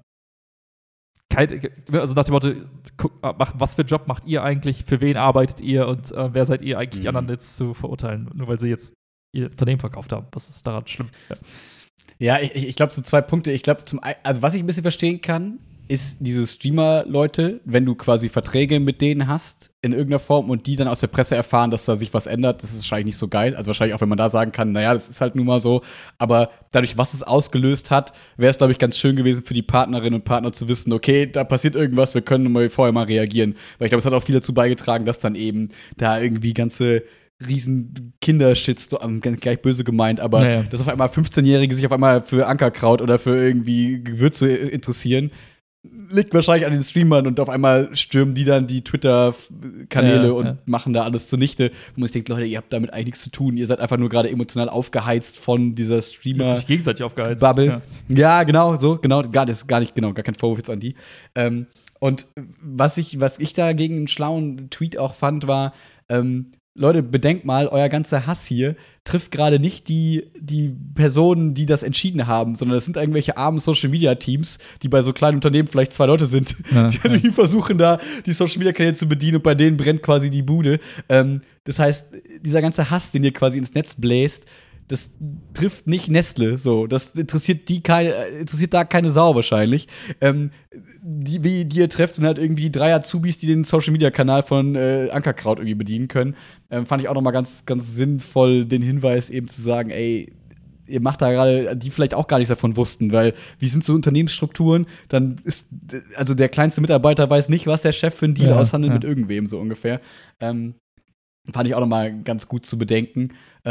nach dem Motto, was für einen Job macht ihr eigentlich, für wen arbeitet ihr und wer seid ihr eigentlich, die anderen jetzt zu verurteilen, nur weil sie jetzt ihr Unternehmen verkauft haben. Was ist daran schlimm? Ja, ich glaube, so 2 Punkte. Ich glaube, also was ich ein bisschen verstehen kann, ist diese Streamer-Leute, wenn du quasi Verträge mit denen hast in irgendeiner Form und die dann aus der Presse erfahren, dass da sich was ändert, das ist wahrscheinlich nicht so geil. Also wahrscheinlich auch, wenn man da sagen kann, naja, das ist halt nun mal so. Aber dadurch, was es ausgelöst hat, wäre es, glaube ich, ganz schön gewesen für die Partnerinnen und Partner zu wissen, okay, da passiert irgendwas, wir können vorher mal reagieren. Weil ich glaube, es hat auch viel dazu beigetragen, dass dann eben da irgendwie ganze riesen Kindershitstorm, gleich böse gemeint, aber dass auf einmal 15-Jährige sich auf einmal für Ankerkraut oder für irgendwie Gewürze interessieren, liegt wahrscheinlich an den Streamern und auf einmal stürmen die dann die Twitter-Kanäle und machen da alles zunichte. Und ich denke, Leute, ihr habt damit eigentlich nichts zu tun. Ihr seid einfach nur gerade emotional aufgeheizt von dieser Streamer. Sich gegenseitig aufgeheizt. Bubble. Ja, genau, so, genau. Gar kein Vorwurf jetzt an die. Und was ich da gegen einen schlauen Tweet auch fand, war, Leute, bedenkt mal, euer ganzer Hass hier trifft gerade nicht die Personen, die das entschieden haben, sondern das sind irgendwelche armen Social-Media-Teams, die bei so kleinen Unternehmen vielleicht 2 Leute sind, die irgendwie versuchen, da die Social-Media-Kanäle zu bedienen und bei denen brennt quasi die Bude. Das heißt, dieser ganze Hass, den ihr quasi ins Netz bläst, das trifft nicht Nestle, so. Das interessiert da keine Sau wahrscheinlich. Die ihr trefft, sind halt irgendwie 3 Azubis, die den Social-Media-Kanal von Ankerkraut irgendwie bedienen können. Fand ich auch noch mal ganz, ganz sinnvoll, den Hinweis eben zu sagen, ey, ihr macht da gerade, die vielleicht auch gar nichts davon wussten, weil wie sind so Unternehmensstrukturen, dann ist, also der kleinste Mitarbeiter weiß nicht, was der Chef für einen Deal aushandelt mit irgendwem, so ungefähr. Fand ich auch noch mal ganz gut zu bedenken.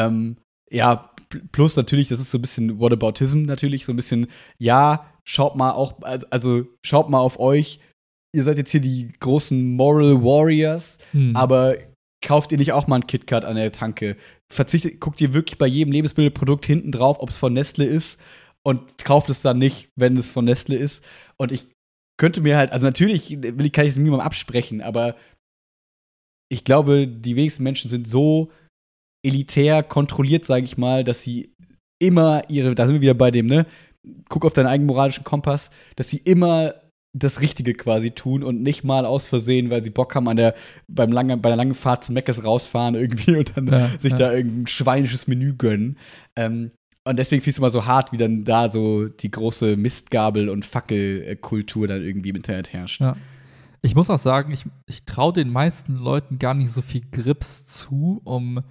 Ja, plus natürlich, das ist so ein bisschen Whataboutism natürlich, so ein bisschen, ja, schaut mal schaut mal auf euch, ihr seid jetzt hier die großen Moral Warriors, aber kauft ihr nicht auch mal einen KitKat an der Tanke? Guckt ihr wirklich bei jedem Lebensmittelprodukt hinten drauf, ob es von Nestle ist und kauft es dann nicht, wenn es von Nestle ist. Und ich könnte mir halt, also natürlich kann ich es niemandem absprechen, aber ich glaube, die wenigsten Menschen sind so elitär kontrolliert, sage ich mal, dass sie immer da sind wir wieder bei dem, ne, guck auf deinen eigenen moralischen Kompass, dass sie immer das Richtige quasi tun und nicht mal aus Versehen, weil sie Bock haben, bei einer langen Fahrt zum Meckes rausfahren irgendwie und dann da irgendein schweinisches Menü gönnen. Und deswegen finde ich es immer so hart, wie dann da so die große Mistgabel- und Fackelkultur dann irgendwie im Internet herrscht. Ja. Ich muss auch sagen, ich traue den meisten Leuten gar nicht so viel Grips zu, um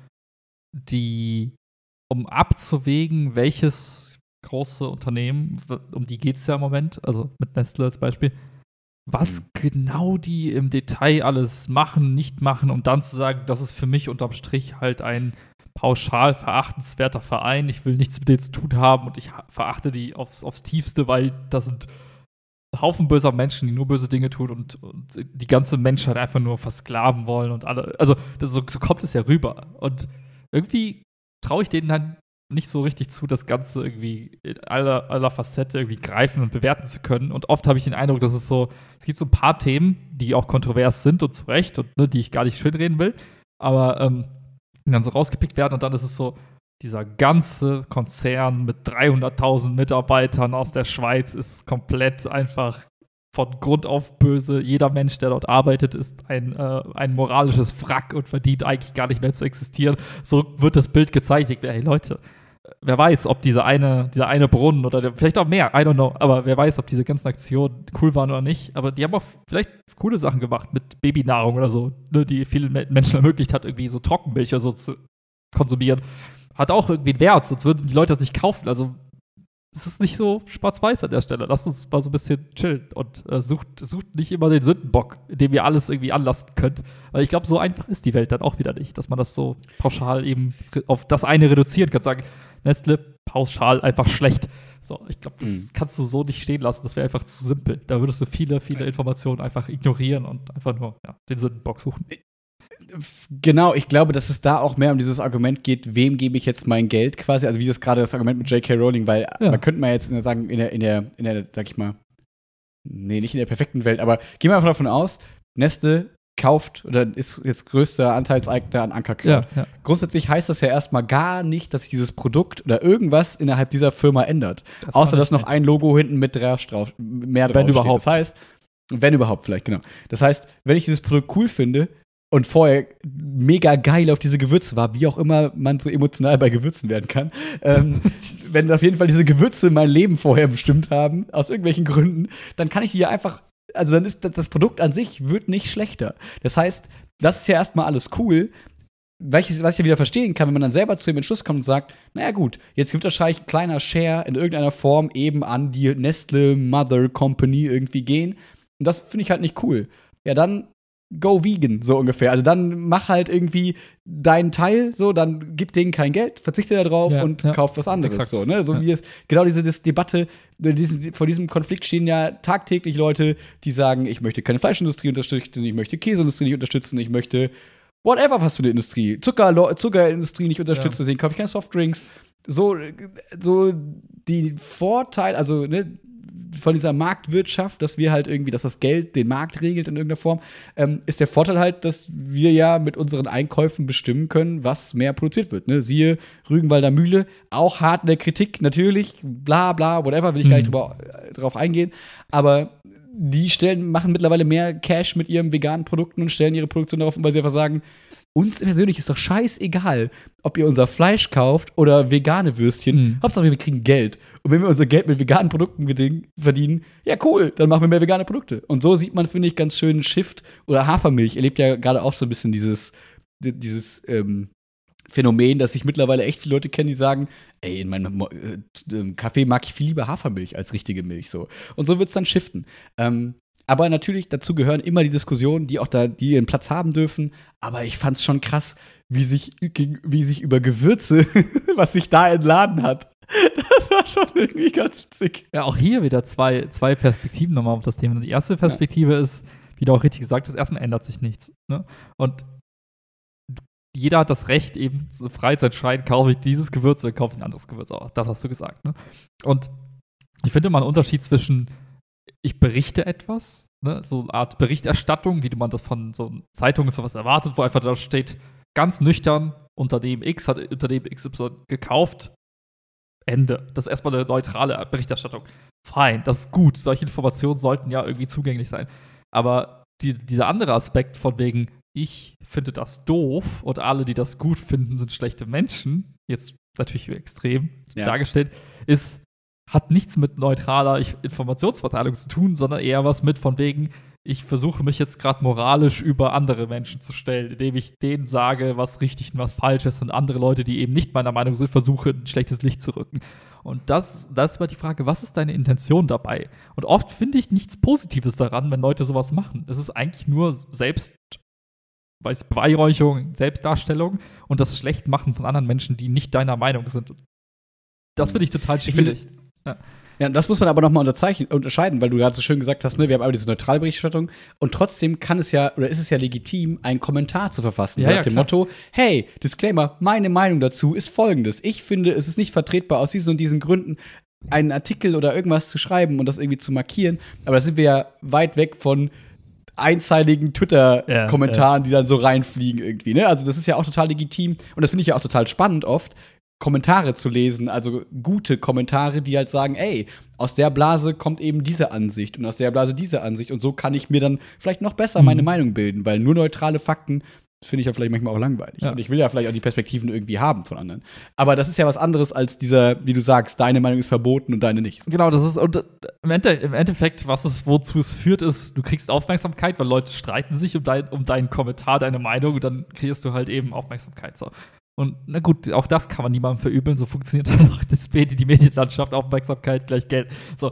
abzuwägen, welches große Unternehmen, um die geht es ja im Moment, also mit Nestle als Beispiel, was genau die im Detail alles machen, nicht machen, um dann zu sagen, das ist für mich unterm Strich halt ein pauschal verachtenswerter Verein, ich will nichts mit denen zu tun haben und ich verachte die aufs Tiefste, weil das sind Haufen böser Menschen, die nur böse Dinge tun und die ganze Menschheit einfach nur versklaven wollen und alle, also so kommt es ja rüber und irgendwie traue ich denen dann nicht so richtig zu, das Ganze irgendwie in aller Facette irgendwie greifen und bewerten zu können. Und oft habe ich den Eindruck, dass es gibt so ein paar Themen, die auch kontrovers sind und zu Recht und ne, die ich gar nicht schönreden will, aber die dann so rausgepickt werden und dann ist es so, dieser ganze Konzern mit 300.000 Mitarbeitern aus der Schweiz ist komplett einfach von Grund auf böse. Jeder Mensch, der dort arbeitet, ist ein moralisches Wrack und verdient eigentlich gar nicht mehr zu existieren. So wird das Bild gezeichnet. Hey Leute, wer weiß, ob dieser eine Brunnen oder vielleicht auch mehr, I don't know, aber wer weiß, ob diese ganzen Aktionen cool waren oder nicht. Aber die haben auch vielleicht coole Sachen gemacht mit Babynahrung oder so, ne, die vielen Menschen ermöglicht hat, irgendwie so Trockenmilch oder so zu konsumieren. Hat auch irgendwie einen Wert, sonst würden die Leute das nicht kaufen. Also es ist nicht so schwarz-weiß an der Stelle. Lasst uns mal so ein bisschen chillen und sucht nicht immer den Sündenbock, dem ihr alles irgendwie anlasten könnt. Weil ich glaube, so einfach ist die Welt dann auch wieder nicht, dass man das so pauschal eben auf das eine reduzieren kann. Sagen, Nestle pauschal einfach schlecht. So, ich glaube, das kannst du so nicht stehen lassen. Das wäre einfach zu simpel. Da würdest du viele Informationen einfach ignorieren und einfach nur den Sündenbock suchen. Genau, ich glaube, dass es da auch mehr um dieses Argument geht, wem gebe ich jetzt mein Geld quasi, also wie das gerade das Argument mit J.K. Rowling, weil man könnte mal jetzt sagen, in der, sag ich mal, nee, nicht in der perfekten Welt, aber gehen wir einfach davon aus, Nestle kauft oder ist jetzt größter Anteilseigner an Ankerkraut. Ja. Grundsätzlich heißt das ja erstmal gar nicht, dass sich dieses Produkt oder irgendwas innerhalb dieser Firma ändert. Außer, dass noch ein Logo hinten mit mehr drauf steht. Überhaupt. Das heißt, wenn überhaupt vielleicht, genau. Das heißt, wenn ich dieses Produkt cool finde und vorher mega geil auf diese Gewürze war, wie auch immer man so emotional bei Gewürzen werden kann, wenn auf jeden Fall diese Gewürze mein Leben vorher bestimmt haben, aus irgendwelchen Gründen, dann kann ich die ja einfach, also dann ist das Produkt an sich wird nicht schlechter. Das heißt, das ist ja erstmal alles cool, was ich ja wieder verstehen kann, wenn man dann selber zu dem Entschluss kommt und sagt, naja gut, jetzt wird wahrscheinlich ein kleiner Share in irgendeiner Form eben an die Nestle Mother Company irgendwie gehen. Und das finde ich halt nicht cool. Ja, dann go vegan, so ungefähr. Also dann mach halt irgendwie deinen Teil, so, dann gib denen kein Geld, verzichte darauf und kauf was anderes. Exakt. So, ne? So wie es, genau diese Debatte, vor diesem Konflikt stehen ja tagtäglich Leute, die sagen, ich möchte keine Fleischindustrie unterstützen, ich möchte Käseindustrie nicht unterstützen, ich möchte whatever was für eine Industrie, Zuckerindustrie nicht unterstützen, deswegen kaufe ich keine Softdrinks. So die Vorteile, also ne, von dieser Marktwirtschaft, dass wir halt irgendwie, dass das Geld den Markt regelt in irgendeiner Form, ist der Vorteil halt, dass wir ja mit unseren Einkäufen bestimmen können, was mehr produziert wird. Ne? Siehe Rügenwalder Mühle, auch hart in der Kritik, natürlich, bla bla, whatever, will ich gar nicht drauf eingehen, aber die machen mittlerweile mehr Cash mit ihren veganen Produkten und stellen ihre Produktion darauf um, weil sie einfach sagen, uns persönlich ist doch scheißegal, ob ihr unser Fleisch kauft oder vegane Würstchen. Hauptsache, wir kriegen Geld. Und wenn wir unser Geld mit veganen Produkten verdienen, ja cool, dann machen wir mehr vegane Produkte. Und so sieht man, finde ich, ganz schön Shift. Oder Hafermilch erlebt ja gerade auch so ein bisschen dieses Phänomen, dass ich mittlerweile echt viele Leute kenne, die sagen, ey, in meinem Kaffee mag ich viel lieber Hafermilch als richtige Milch. So. Und so wird es dann shiften. Aber natürlich, dazu gehören immer die Diskussionen, die ihren Platz haben dürfen. Aber ich fand's schon krass, wie sich über Gewürze, was sich da entladen hat. Das war schon irgendwie ganz witzig. Ja, auch hier wieder zwei Perspektiven nochmal auf das Thema. Die erste Perspektive ist, wie du auch richtig gesagt hast, erstmal ändert sich nichts. Ne? Und jeder hat das Recht, eben frei zu entscheiden, kaufe ich dieses Gewürz oder kaufe ich ein anderes Gewürz auch. Das hast du gesagt. Ne? Und ich finde mal einen Unterschied zwischen ich berichte etwas, ne, so eine Art Berichterstattung, wie man das von so Zeitungen und sowas erwartet, wo einfach da steht, ganz nüchtern Unternehmen X hat Unternehmen XY gekauft. Ende. Das ist erstmal eine neutrale Berichterstattung. Fein, das ist gut. Solche Informationen sollten ja irgendwie zugänglich sein. Aber dieser andere Aspekt von wegen, ich finde das doof und alle, die das gut finden, sind schlechte Menschen, jetzt natürlich extrem dargestellt, hat nichts mit neutraler Informationsverteilung zu tun, sondern eher was mit von wegen, ich versuche mich jetzt gerade moralisch über andere Menschen zu stellen, indem ich denen sage, was richtig und was falsch ist und andere Leute, die eben nicht meiner Meinung sind, versuche, ein schlechtes Licht zu rücken. Und das ist immer die Frage, was ist deine Intention dabei? Und oft finde ich nichts Positives daran, wenn Leute sowas machen. Es ist eigentlich nur Beweihräucherung, Selbstdarstellung und das Schlechtmachen von anderen Menschen, die nicht deiner Meinung sind. Das finde ich total schwierig. Ja, das muss man aber nochmal unterscheiden, weil du gerade so schön gesagt hast, ne, wir haben aber diese neutrale Berichterstattung und trotzdem ist es ja legitim, einen Kommentar zu verfassen. Ja, nach dem Motto, hey, Disclaimer, meine Meinung dazu ist folgendes. Ich finde, es ist nicht vertretbar, aus diesen und diesen Gründen einen Artikel oder irgendwas zu schreiben und das irgendwie zu markieren. Aber da sind wir ja weit weg von einzeiligen Twitter-Kommentaren, die dann so reinfliegen irgendwie, ne? Also das ist ja auch total legitim und das finde ich ja auch total spannend oft, Kommentare zu lesen, also gute Kommentare, die halt sagen, ey, aus der Blase kommt eben diese Ansicht und aus der Blase diese Ansicht und so kann ich mir dann vielleicht noch besser meine Meinung bilden, weil nur neutrale Fakten finde ich ja vielleicht manchmal auch langweilig. Ja. Und ich will ja vielleicht auch die Perspektiven irgendwie haben von anderen. Aber das ist ja was anderes als dieser, wie du sagst, deine Meinung ist verboten und deine nicht. Genau, das ist, und im Endeffekt, wozu es führt, ist, du kriegst Aufmerksamkeit, weil Leute streiten sich um deinen Kommentar, deine Meinung und dann kriegst du halt eben Aufmerksamkeit. So. Und na gut, auch das kann man niemandem verübeln, so funktioniert dann auch die Medienlandschaft, Aufmerksamkeit gleich Geld. So,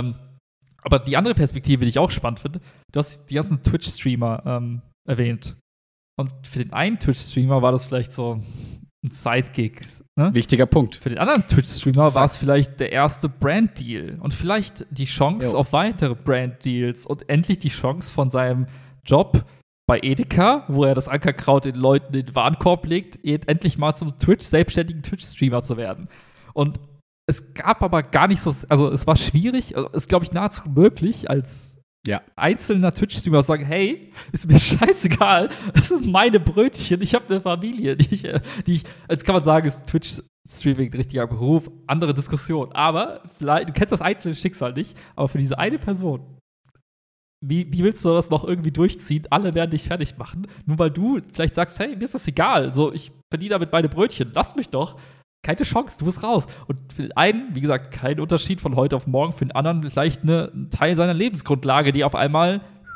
aber die andere Perspektive, die ich auch spannend finde, du hast die ganzen Twitch-Streamer erwähnt. Und für den einen Twitch-Streamer war das vielleicht so ein Side-Gig. Ne? Wichtiger Punkt. Für den anderen Twitch-Streamer war es vielleicht der erste Brand-Deal. Und vielleicht die Chance auf weitere Brand-Deals und endlich die Chance von seinem Job bei Edeka, wo er das Ankerkraut den Leuten in den Warenkorb legt, endlich mal zum selbstständigen Twitch-Streamer zu werden. Und es gab aber gar nicht so, also es war schwierig, also es ist, glaube ich, nahezu möglich, als einzelner Twitch-Streamer sagen, hey, ist mir scheißegal, das sind meine Brötchen, ich habe eine Familie, die ich, jetzt kann man sagen, ist Twitch-Streaming ein richtiger Beruf, andere Diskussion, aber vielleicht, du kennst das einzelne Schicksal nicht, aber für diese eine Person, wie willst du das noch irgendwie durchziehen? Alle werden dich fertig machen, nur weil du vielleicht sagst, hey, mir ist das egal, so, ich verdiene damit meine Brötchen, lasst mich doch. Keine Chance, du bist raus. Und für den einen, wie gesagt, kein Unterschied von heute auf morgen, für den anderen vielleicht ein Teil seiner Lebensgrundlage, die auf einmal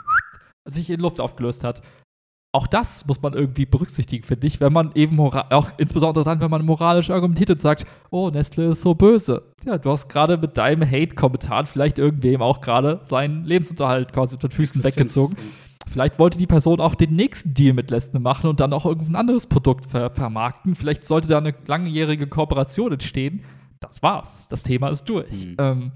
sich in Luft aufgelöst hat. Auch das muss man irgendwie berücksichtigen, finde ich, wenn man eben auch insbesondere dann, wenn man moralisch argumentiert und sagt, oh, Nestle ist so böse. Ja, du hast gerade mit deinem Hate-Kommentar vielleicht irgendwem auch gerade seinen Lebensunterhalt quasi unter den Füßen weggezogen. Vielleicht wollte die Person auch den nächsten Deal mit Nestle machen und dann auch irgendein anderes Produkt vermarkten. Vielleicht sollte da eine langjährige Kooperation entstehen. Das war's. Das Thema ist durch.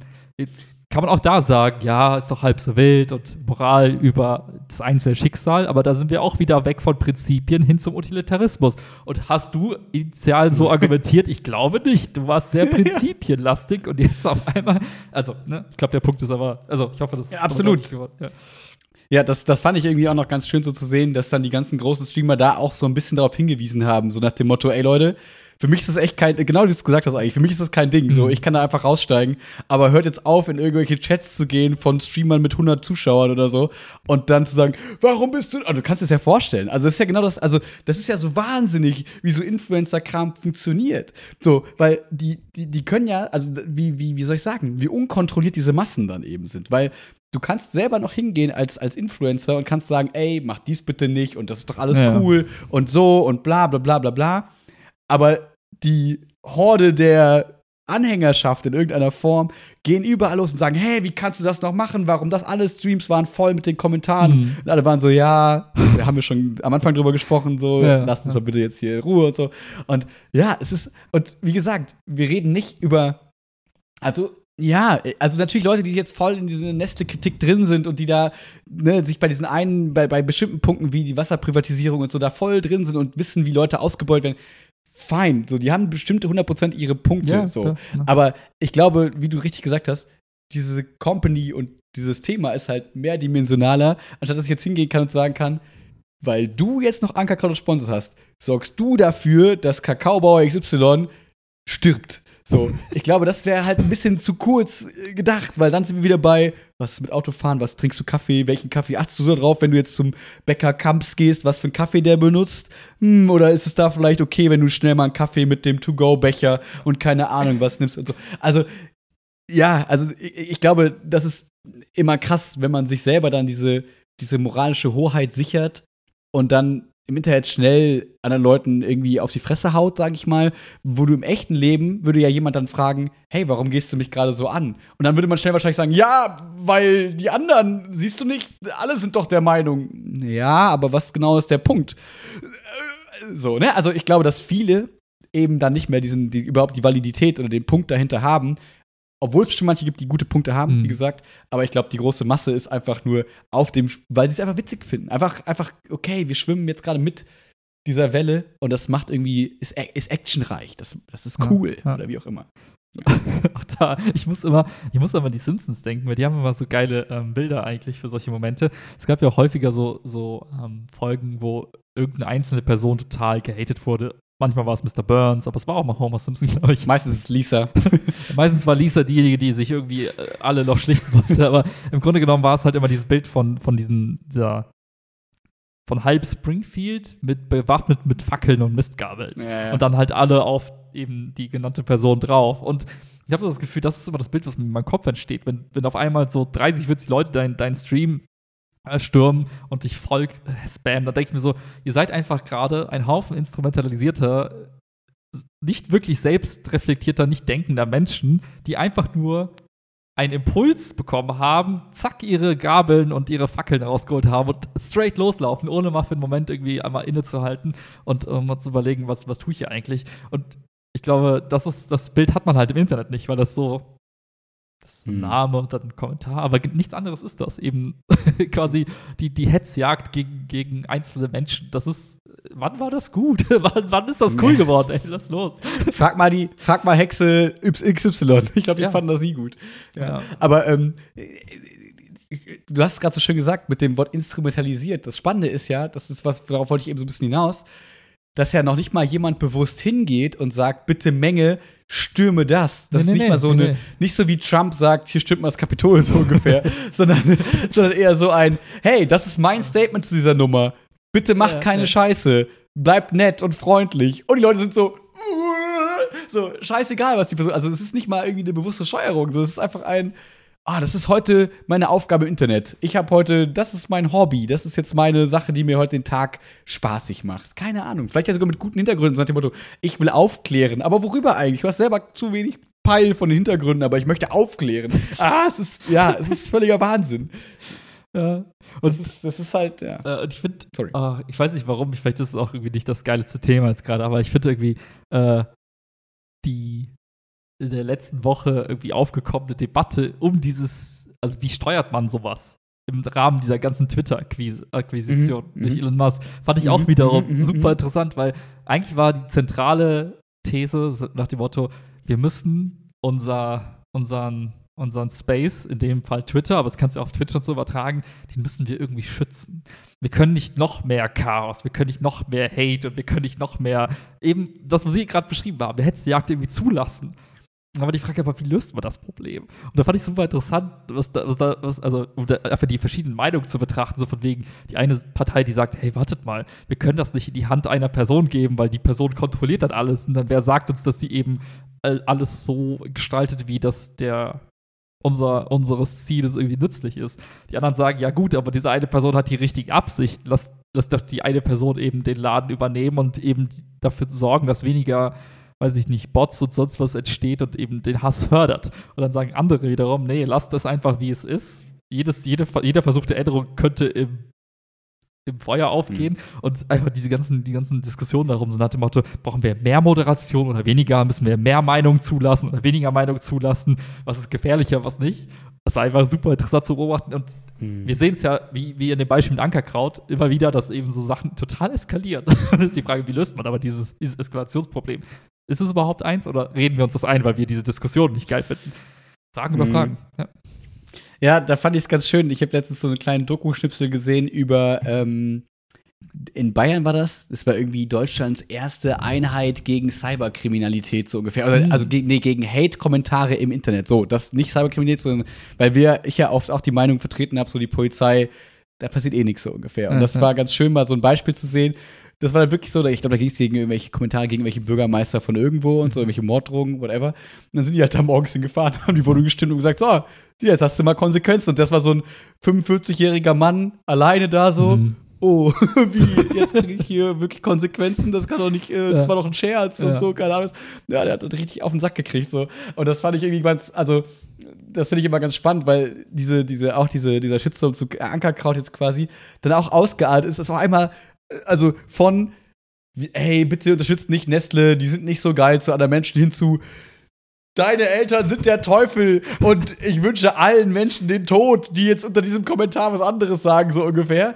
Jetzt kann man auch da sagen, ja, ist doch halb so wild und Moral über das einzelne Schicksal, aber da sind wir auch wieder weg von Prinzipien hin zum Utilitarismus. Und hast du initial so argumentiert? Ich glaube nicht. Du warst sehr prinzipienlastig und jetzt auf einmal, also, ne, ich glaube, der Punkt ist aber, also, ich hoffe, das ist absolut geworden. Ja, das fand ich irgendwie auch noch ganz schön so zu sehen, dass dann die ganzen großen Streamer da auch so ein bisschen darauf hingewiesen haben, so nach dem Motto, ey Leute, für mich ist das echt genau wie du es gesagt hast eigentlich, für mich ist das kein Ding, so, ich kann da einfach raussteigen, aber hört jetzt auf, in irgendwelche Chats zu gehen von Streamern mit 100 Zuschauern oder so und dann zu sagen, warum bist du, also, du kannst es ja vorstellen, also das ist ja genau das, also das ist ja so wahnsinnig, wie so Influencer-Kram funktioniert, so, weil die können ja, also wie soll ich sagen, wie unkontrolliert diese Massen dann eben sind, weil du kannst selber noch hingehen als Influencer und kannst sagen, ey, mach dies bitte nicht und das ist doch alles cool und so und bla bla bla bla bla. Aber die Horde der Anhängerschaft in irgendeiner Form gehen überall los und sagen, hey, wie kannst du das noch machen? Warum das alle Streams waren voll mit den Kommentaren? Und alle waren so, ja, wir haben ja schon am Anfang drüber gesprochen, so, lasst uns doch bitte jetzt hier in Ruhe und so. Und ja, es ist, und wie gesagt, wir reden nicht über, also natürlich Leute, die jetzt voll in diese Nestle-Kritik drin sind und die da sich bei diesen bei bestimmten Punkten wie die Wasserprivatisierung und so da voll drin sind und wissen, wie Leute ausgebeutet werden. Fein, so, die haben bestimmte 100% ihre Punkte, ja, so. Klar. Aber ich glaube, wie du richtig gesagt hast, diese Company und dieses Thema ist halt mehrdimensionaler, anstatt dass ich jetzt hingehen kann und sagen kann, weil du jetzt noch Ankerkraut als Sponsor hast, sorgst du dafür, dass Kakaobauer XY stirbt. So, ich glaube, das wäre halt ein bisschen zu kurz gedacht, weil dann sind wir wieder bei, was ist mit Autofahren, was trinkst du Kaffee, welchen Kaffee achtest du da drauf, wenn du jetzt zum Bäcker Kamps gehst, was für einen Kaffee der benutzt? Oder ist es da vielleicht okay, wenn du schnell mal einen Kaffee mit dem To-Go-Becher und keine Ahnung was nimmst und so. Also, ja, also ich glaube, das ist immer krass, wenn man sich selber dann diese moralische Hoheit sichert und dann im Internet schnell anderen Leuten irgendwie auf die Fresse haut, sag ich mal, wo du im echten Leben würde ja jemand dann fragen, hey, warum gehst du mich gerade so an? Und dann würde man schnell wahrscheinlich sagen, ja, weil die anderen, siehst du nicht, alle sind doch der Meinung. Ja, aber was genau ist der Punkt? So, ne? Also ich glaube, dass viele eben dann nicht mehr überhaupt die Validität oder den Punkt dahinter haben, obwohl es schon manche gibt, die gute Punkte haben, wie gesagt. Aber ich glaube, die große Masse ist einfach nur weil sie es einfach witzig finden. Einfach, okay, wir schwimmen jetzt gerade mit dieser Welle und das macht irgendwie, ist actionreich. Das ist cool. Ja. Oder wie auch immer. Auch da, ich muss immer an die Simpsons denken, weil die haben immer so geile Bilder eigentlich für solche Momente. Es gab ja auch häufiger so Folgen, wo irgendeine einzelne Person total gehatet wurde. Manchmal war es Mr. Burns, aber es war auch mal Homer Simpson, glaube ich. Meistens ist es Lisa. Meistens war Lisa diejenige, die sich irgendwie alle noch schlichten wollte, aber im Grunde genommen war es halt immer dieses Bild von halb Springfield bewaffnet mit Fackeln und Mistgabeln. Ja. Und dann halt alle auf eben die genannte Person drauf. Und ich habe so das Gefühl, das ist immer das Bild, was mir in meinem Kopf entsteht, wenn auf einmal so 30, 40 Leute deinen Stream stürmen und dich voll spammen, dann denke ich mir so, ihr seid einfach gerade ein Haufen instrumentalisierter, nicht wirklich selbstreflektierter, nicht denkender Menschen, die einfach nur einen Impuls bekommen haben, zack, ihre Gabeln und ihre Fackeln rausgeholt haben und straight loslaufen, ohne mal für einen Moment irgendwie einmal innezuhalten und mal zu überlegen, was tue ich hier eigentlich. Und ich glaube, das Bild hat man halt im Internet nicht, weil das so ein Name und dann ein Kommentar, aber nichts anderes ist das. Eben quasi die Hetzjagd gegen einzelne Menschen. Das ist, wann war das gut? wann ist das cool geworden? Ey, lass los. Frag mal Hexe XY. Ich glaube, die fanden das nie gut. Ja. Aber du hast es gerade so schön gesagt mit dem Wort instrumentalisiert. Das Spannende ist ja, darauf wollte ich eben so ein bisschen hinaus, dass ja noch nicht mal jemand bewusst hingeht und sagt, bitte Menge, stürme das. Das ist nicht mal so nicht so wie Trump sagt, hier stürmt mal das Kapitol so ungefähr, sondern eher so ein, hey, das ist mein Statement zu dieser Nummer. Bitte macht keine Scheiße. Bleibt nett und freundlich. Und die Leute sind so scheißegal, was die Person, also es ist nicht mal irgendwie eine bewusste Steuerung, so, es ist einfach das ist heute meine Aufgabe im Internet. Das ist mein Hobby. Das ist jetzt meine Sache, die mir heute den Tag spaßig macht. Keine Ahnung. Vielleicht ja sogar mit guten Hintergründen, so nach dem Motto, ich will aufklären. Aber worüber eigentlich? Du hast selber zu wenig Peil von den Hintergründen, aber ich möchte aufklären. Es ist völliger Wahnsinn. Ja. Und das ist halt, ja. Und ich finde, sorry. Ich weiß nicht warum, vielleicht ist es auch irgendwie nicht das geilste Thema jetzt gerade, aber ich finde irgendwie die in der letzten Woche irgendwie aufgekommene Debatte um also wie steuert man sowas im Rahmen dieser ganzen Twitter-Akquisition durch Elon Musk, fand ich auch wiederum super interessant, weil eigentlich war die zentrale These nach dem Motto, wir müssen unseren Space, in dem Fall Twitter, aber das kannst du auch auf Twitch und so übertragen, den müssen wir irgendwie schützen. Wir können nicht noch mehr Chaos, wir können nicht noch mehr Hate und wir können nicht noch mehr, eben das, was wir gerade beschrieben haben, der Hetzjagd irgendwie zulassen. Aber die Frage war, wie löst man das Problem? Und da fand ich super interessant, um einfach die verschiedenen Meinungen zu betrachten, so von wegen, die eine Partei, die sagt, hey, wartet mal, wir können das nicht in die Hand einer Person geben, weil die Person kontrolliert dann alles und dann wer sagt uns, dass sie eben alles so gestaltet, wie das unseres Zieles irgendwie nützlich ist. Die anderen sagen, ja gut, aber diese eine Person hat die richtigen Absichten, lass doch die eine Person eben den Laden übernehmen und eben dafür sorgen, dass weniger, weiß ich nicht, Bots und sonst was entsteht und eben den Hass fördert. Und dann sagen andere wiederum, nee, lasst das einfach, wie es ist. Jede versuchte Änderung könnte im Feuer aufgehen und einfach die ganzen Diskussionen darum sind nach dem Motto, brauchen wir mehr Moderation oder weniger, müssen wir mehr Meinung zulassen oder weniger Meinung zulassen, was ist gefährlicher, was nicht. Das war einfach super interessant zu beobachten und wir sehen es ja, wie in dem Beispiel mit Ankerkraut, immer wieder, dass eben so Sachen total eskalieren. Das ist die Frage, wie löst man aber dieses Eskalationsproblem? Ist es überhaupt eins oder reden wir uns das ein, weil wir diese Diskussion nicht geil finden? Fragen über Fragen. Ja, da fand ich es ganz schön. Ich habe letztens so einen kleinen Doku-Schnipsel gesehen über in Bayern war das war irgendwie Deutschlands erste Einheit gegen Cyberkriminalität, so ungefähr. Also gegen Hate-Kommentare im Internet. So, das nicht Cyberkriminalität, sondern weil ich ja oft auch die Meinung vertreten habe, so die Polizei, da passiert eh nichts so ungefähr. Und das war ganz schön, mal so ein Beispiel zu sehen. Das war dann wirklich so, ich glaube, da ging es gegen irgendwelche Kommentare gegen irgendwelche Bürgermeister von irgendwo und so, irgendwelche Morddrohungen, whatever. Und dann sind die halt da morgens hingefahren, haben die Wohnung gestimmt und gesagt, so, jetzt hast du mal Konsequenzen. Und das war so ein 45-jähriger Mann, alleine da so. Oh, wie, jetzt kriege ich hier wirklich Konsequenzen, das kann doch nicht, das war doch ein Scherz und so, keine Ahnung. Ja, der hat richtig auf den Sack gekriegt, so. Und das fand ich irgendwie das finde ich immer ganz spannend, weil dieser Shitstorm zu Ankerkraut jetzt quasi dann auch ausgeartet ist, dass auch einmal, also von, hey, bitte unterstützt nicht Nestle, die sind nicht so geil zu anderen Menschen, hinzu, deine Eltern sind der Teufel und ich wünsche allen Menschen den Tod, die jetzt unter diesem Kommentar was anderes sagen, so ungefähr.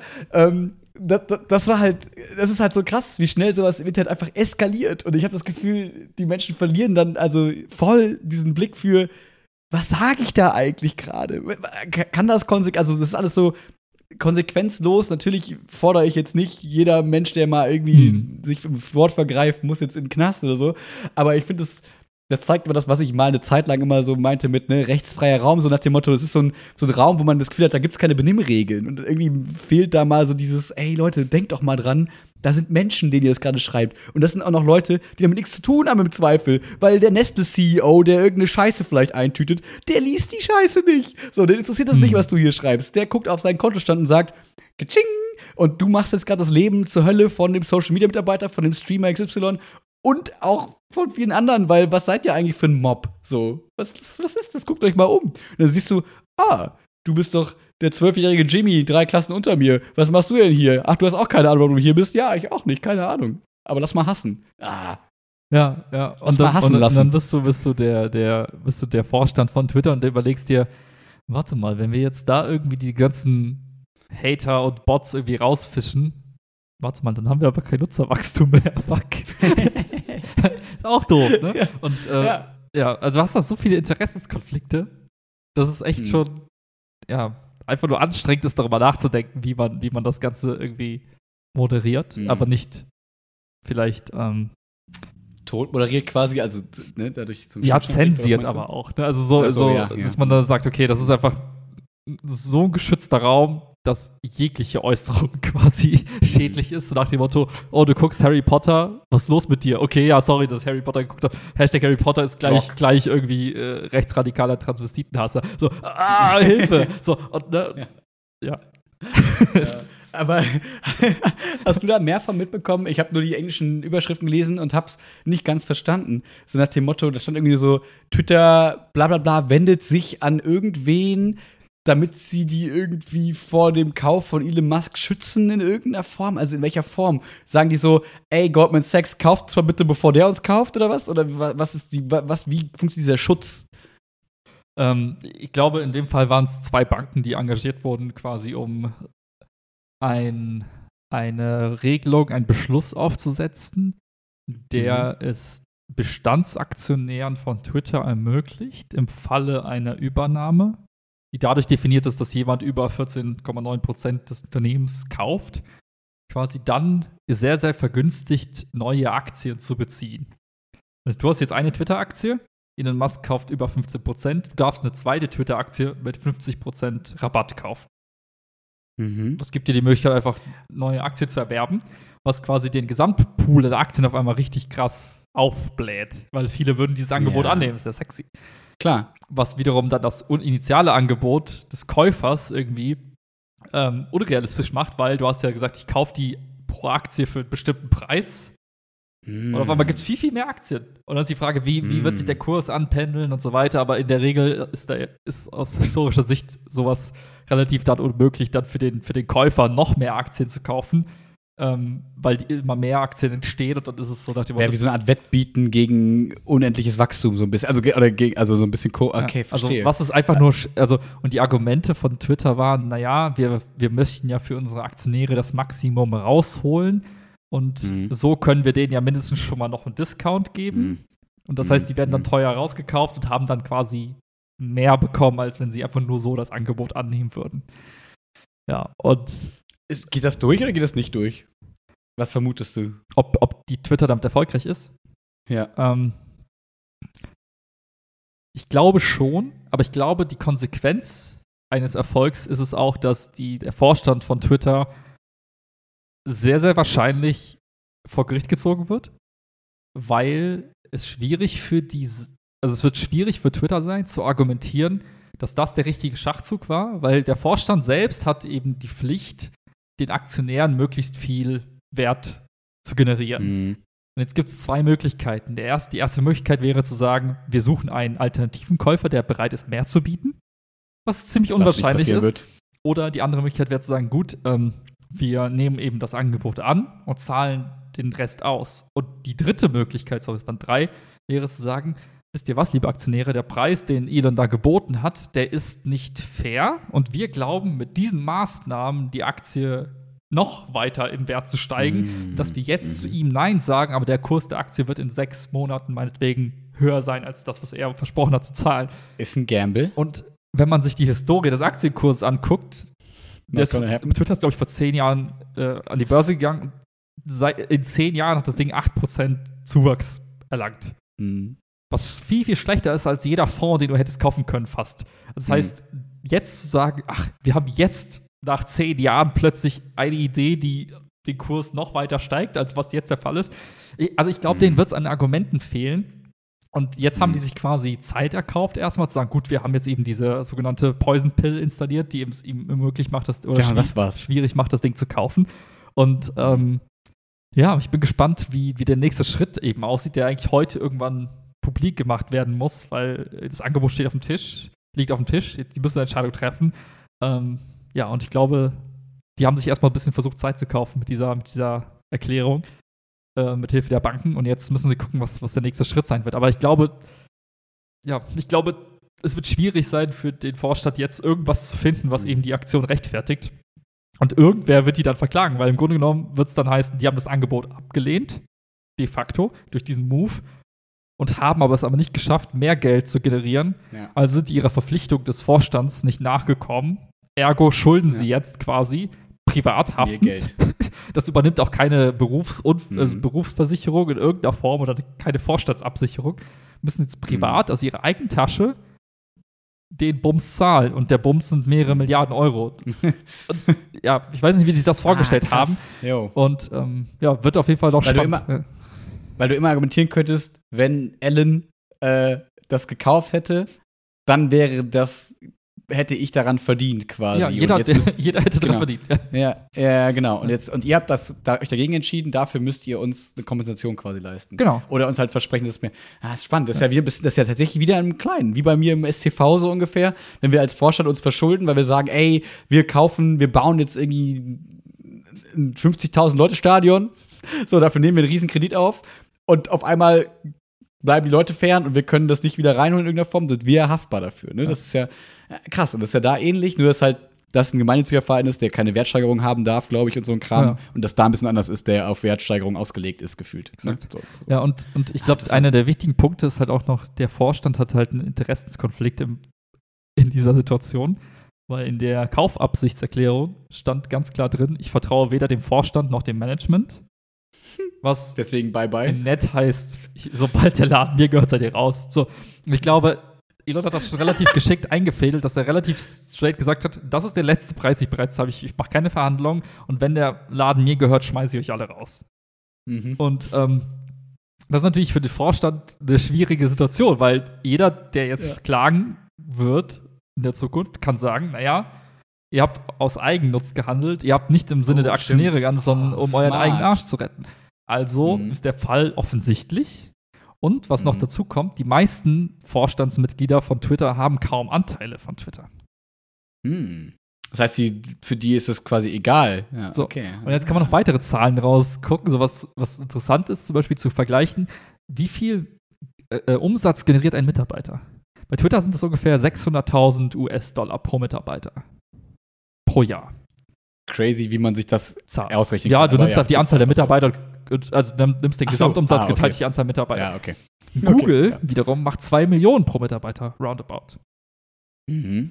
Das ist halt so krass, wie schnell sowas im Internet einfach eskaliert. Und ich habe das Gefühl, die Menschen verlieren dann also voll diesen Blick für, was sage ich da eigentlich gerade? Kann das also das ist alles so konsequenzlos. Natürlich fordere ich jetzt nicht, jeder Mensch, der mal irgendwie sich im Wort vergreift, muss jetzt in den Knast oder so. Aber ich finde, das zeigt immer das, was ich mal eine Zeit lang immer so meinte mit rechtsfreier Raum, so nach dem Motto, das ist so ein Raum, wo man das Gefühl hat, da gibt's keine Benimmregeln. Und irgendwie fehlt da mal so dieses, ey Leute, denkt doch mal dran, da sind Menschen, denen ihr das gerade schreibt. Und das sind auch noch Leute, die damit nichts zu tun haben im Zweifel. Weil der Nestle-CEO, der irgendeine Scheiße vielleicht eintütet, der liest die Scheiße nicht. So, den interessiert das nicht, was du hier schreibst. Der guckt auf seinen Kontostand und sagt, Kaching! Und du machst jetzt gerade das Leben zur Hölle von dem Social-Media-Mitarbeiter, von dem Streamer XY und auch von vielen anderen, weil was seid ihr eigentlich für ein Mob? So, was ist das? Guckt euch mal um. Und dann siehst du, du bist doch der 12-jährige Jimmy, 3 Klassen unter mir. Was machst du denn hier? Ach, du hast auch keine Ahnung, warum du hier bist? Ja, ich auch nicht, keine Ahnung. Aber lass mal hassen. Ja. Und dann bist du der Vorstand von Twitter und überlegst dir, warte mal, wenn wir jetzt da irgendwie die ganzen Hater und Bots irgendwie rausfischen, warte mal, dann haben wir aber kein Nutzerwachstum mehr. Fuck. Ist auch doof, ne? Ja. Und also du hast da so viele Interessenskonflikte, dass es echt schon, einfach nur anstrengend ist, darüber nachzudenken, wie man das Ganze irgendwie moderiert, aber nicht vielleicht tot moderiert quasi, also dadurch zum zensiert aber auch. Ne? Also dass man da sagt, okay, das ist einfach so ein geschützter Raum, dass jegliche Äußerung quasi schädlich ist, so nach dem Motto, oh, du guckst Harry Potter, was ist los mit dir? Okay, ja, sorry, dass Harry Potter geguckt habe. Hashtag Harry Potter ist gleich irgendwie rechtsradikaler Transvestitenhasser. So, Hilfe! So, und ja. Aber hast du da mehr von mitbekommen? Ich habe nur die englischen Überschriften gelesen und hab's nicht ganz verstanden. So nach dem Motto, da stand irgendwie so, Twitter, bla bla bla, wendet sich an irgendwen, damit sie die irgendwie vor dem Kauf von Elon Musk schützen in irgendeiner Form? Also in welcher Form? Sagen die so, ey, Goldman Sachs, kauft zwar bitte, bevor der uns kauft, oder was? Oder wie funktioniert dieser Schutz? Ich glaube, in dem Fall waren es 2 Banken, die engagiert wurden, quasi um eine Regelung, einen Beschluss aufzusetzen, der es Bestandsaktionären von Twitter ermöglicht, im Falle einer Übernahme, die dadurch definiert ist, dass jemand über 14,9% des Unternehmens kauft, quasi dann sehr, sehr vergünstigt neue Aktien zu beziehen. Also du hast jetzt eine Twitter-Aktie, Elon Musk kauft über 15%, du darfst eine zweite Twitter-Aktie mit 50% Rabatt kaufen. Das gibt dir die Möglichkeit, einfach neue Aktien zu erwerben, was quasi den Gesamtpool der Aktien auf einmal richtig krass aufbläht, weil viele würden dieses Angebot annehmen, ist ja sexy. Klar. Was wiederum dann das initiale Angebot des Käufers irgendwie unrealistisch macht, weil du hast ja gesagt, ich kaufe die pro Aktie für einen bestimmten Preis. Und auf einmal gibt es viel, viel mehr Aktien. Und dann ist die Frage, wie wird sich der Kurs anpendeln und so weiter. Aber in der Regel ist aus historischer Sicht sowas relativ dann unmöglich, dann für den Käufer noch mehr Aktien zu kaufen. Weil immer mehr Aktien entstehen und dann ist es so nach dem Motto. Wäre wie so eine Art Wettbieten gegen unendliches Wachstum, so ein bisschen. Also so ein bisschen okay, verstehe. Also was ist einfach nur, und die Argumente von Twitter waren, naja, wir möchten ja für unsere Aktionäre das Maximum rausholen und so können wir denen ja mindestens schon mal noch einen Discount geben. Und das heißt, die werden dann teuer rausgekauft und haben dann quasi mehr bekommen, als wenn sie einfach nur so das Angebot annehmen würden. Ja, und Geht das durch oder geht das nicht durch? Was vermutest du? Ob die Twitter damit erfolgreich ist? Ja. Ich glaube schon, aber ich glaube, die Konsequenz eines Erfolgs ist es auch, dass der Vorstand von Twitter sehr, sehr wahrscheinlich vor Gericht gezogen wird, weil es wird schwierig für Twitter sein, zu argumentieren, dass das der richtige Schachzug war, weil der Vorstand selbst hat eben die Pflicht, den Aktionären möglichst viel Wert zu generieren. Mhm. Und jetzt gibt es zwei Möglichkeiten. Die erste Möglichkeit wäre zu sagen, wir suchen einen alternativen Käufer, der bereit ist, mehr zu bieten, was ziemlich unwahrscheinlich ist. Wird. Oder die andere Möglichkeit wäre zu sagen, gut, wir nehmen eben das Angebot an und zahlen den Rest aus. Und die dritte Möglichkeit, sorry, es waren 3, wäre zu sagen, wisst ihr was, liebe Aktionäre, der Preis, den Elon da geboten hat, der ist nicht fair und wir glauben, mit diesen Maßnahmen die Aktie noch weiter im Wert zu steigen, dass wir jetzt zu ihm Nein sagen, aber der Kurs der Aktie wird in 6 Monaten meinetwegen höher sein als das, was er versprochen hat zu zahlen. Ist ein Gamble. Und wenn man sich die Historie des Aktienkurses anguckt, Twitter ist, glaube ich, vor 10 Jahren an die Börse gegangen und in 10 Jahren hat das Ding 8% Zuwachs erlangt. Mhm. Was viel, viel schlechter ist als jeder Fonds, den du hättest kaufen können fast. Das heißt, jetzt zu sagen, wir haben jetzt nach 10 Jahren plötzlich eine Idee, die den Kurs noch weiter steigt, als was jetzt der Fall ist. Ich glaube, denen wird es an Argumenten fehlen. Und jetzt haben die sich quasi Zeit erkauft, erstmal zu sagen, gut, wir haben jetzt eben diese sogenannte Poison Pill installiert, die es ihm möglich macht, schwierig macht, das Ding zu kaufen. Und ich bin gespannt, wie der nächste Schritt eben aussieht, der eigentlich heute irgendwann publik gemacht werden muss, weil das Angebot liegt auf dem Tisch, die müssen eine Entscheidung treffen. Und ich glaube, die haben sich erstmal ein bisschen versucht, Zeit zu kaufen mit dieser Erklärung, mit Hilfe der Banken. Und jetzt müssen sie gucken, was der nächste Schritt sein wird. Aber ich glaube, es wird schwierig sein für den Vorstand jetzt irgendwas zu finden, was eben die Aktion rechtfertigt. Und irgendwer wird die dann verklagen, weil im Grunde genommen wird es dann heißen, die haben das Angebot abgelehnt, de facto, durch diesen Move, und haben es aber nicht geschafft, mehr Geld zu generieren. Ja. Also sind die ihrer Verpflichtung des Vorstands nicht nachgekommen. Ergo schulden sie jetzt quasi privat haftend. Das übernimmt auch keine Berufsversicherung in irgendeiner Form oder keine Vorstandsabsicherung. Müssen jetzt privat aus ihrer eigenen Tasche den Bums zahlen. Und der Bums sind mehrere Milliarden Euro. Und, ich weiß nicht, wie sie sich das vorgestellt haben. Jo. Und wird auf jeden Fall noch spannend. Weil du immer argumentieren könntest, wenn Elon das gekauft hätte, dann hätte ich daran verdient quasi. Ja, jeder hätte daran verdient. Ja, genau. Und ihr habt euch dagegen entschieden, dafür müsst ihr uns eine Kompensation quasi leisten. Genau. Oder uns halt versprechen, dass es mehr. Das ist spannend. Das ist ja tatsächlich wieder im Kleinen, wie bei mir im STV so ungefähr, wenn wir als Vorstand uns verschulden, weil wir sagen, ey, wir bauen jetzt irgendwie ein 50.000 Leute Stadion. So, dafür nehmen wir einen riesen Kredit auf. Und auf einmal bleiben die Leute fern und wir können das nicht wieder reinholen in irgendeiner Form, sind wir haftbar dafür. Ne? Ja. Das ist ja krass. Und das ist ja da ähnlich, nur dass halt das ein gemeinnütziger Verein ist, der keine Wertsteigerung haben darf, glaube ich, und so ein Kram. Ja. Und das da ein bisschen anders ist, der auf Wertsteigerung ausgelegt ist, gefühlt. Exakt. So. Ja, und ich glaube, einer der wichtigen Punkte ist halt auch noch, der Vorstand hat halt einen Interessenskonflikt in dieser Situation. Weil in der Kaufabsichtserklärung stand ganz klar drin, ich vertraue weder dem Vorstand noch dem Management. Was deswegen bye-bye. Nett heißt, sobald der Laden mir gehört, seid ihr raus. So, ich glaube, Elon hat das schon relativ geschickt eingefädelt, dass er relativ straight gesagt hat, das ist der letzte Preis, den ich bereits habe. Ich mache keine Verhandlungen und wenn der Laden mir gehört, schmeiße ich euch alle raus. Und das ist natürlich für den Vorstand eine schwierige Situation, weil jeder, der jetzt klagen wird in der Zukunft, kann sagen, naja, ihr habt aus Eigennutz gehandelt, ihr habt nicht im Sinne der Aktionäre gehandelt, sondern um euren eigenen Arsch zu retten. Also ist der Fall offensichtlich. Und was noch dazu kommt, die meisten Vorstandsmitglieder von Twitter haben kaum Anteile von Twitter. Das heißt, für die ist es quasi egal. Ja, so. Okay. Und jetzt kann man noch weitere Zahlen rausgucken, so was interessant ist, zum Beispiel zu vergleichen, wie viel Umsatz generiert ein Mitarbeiter. Bei Twitter sind es ungefähr 600.000 US-Dollar pro Mitarbeiter. Pro Jahr. Crazy, wie man sich das ausrechnen kann. Ja, du nimmst halt die Anzahl der Mitarbeiter, also nimmst den Gesamtumsatz geteilt durch die Anzahl Mitarbeiter. Ja, okay. Google wiederum macht 2 Millionen pro Mitarbeiter, roundabout.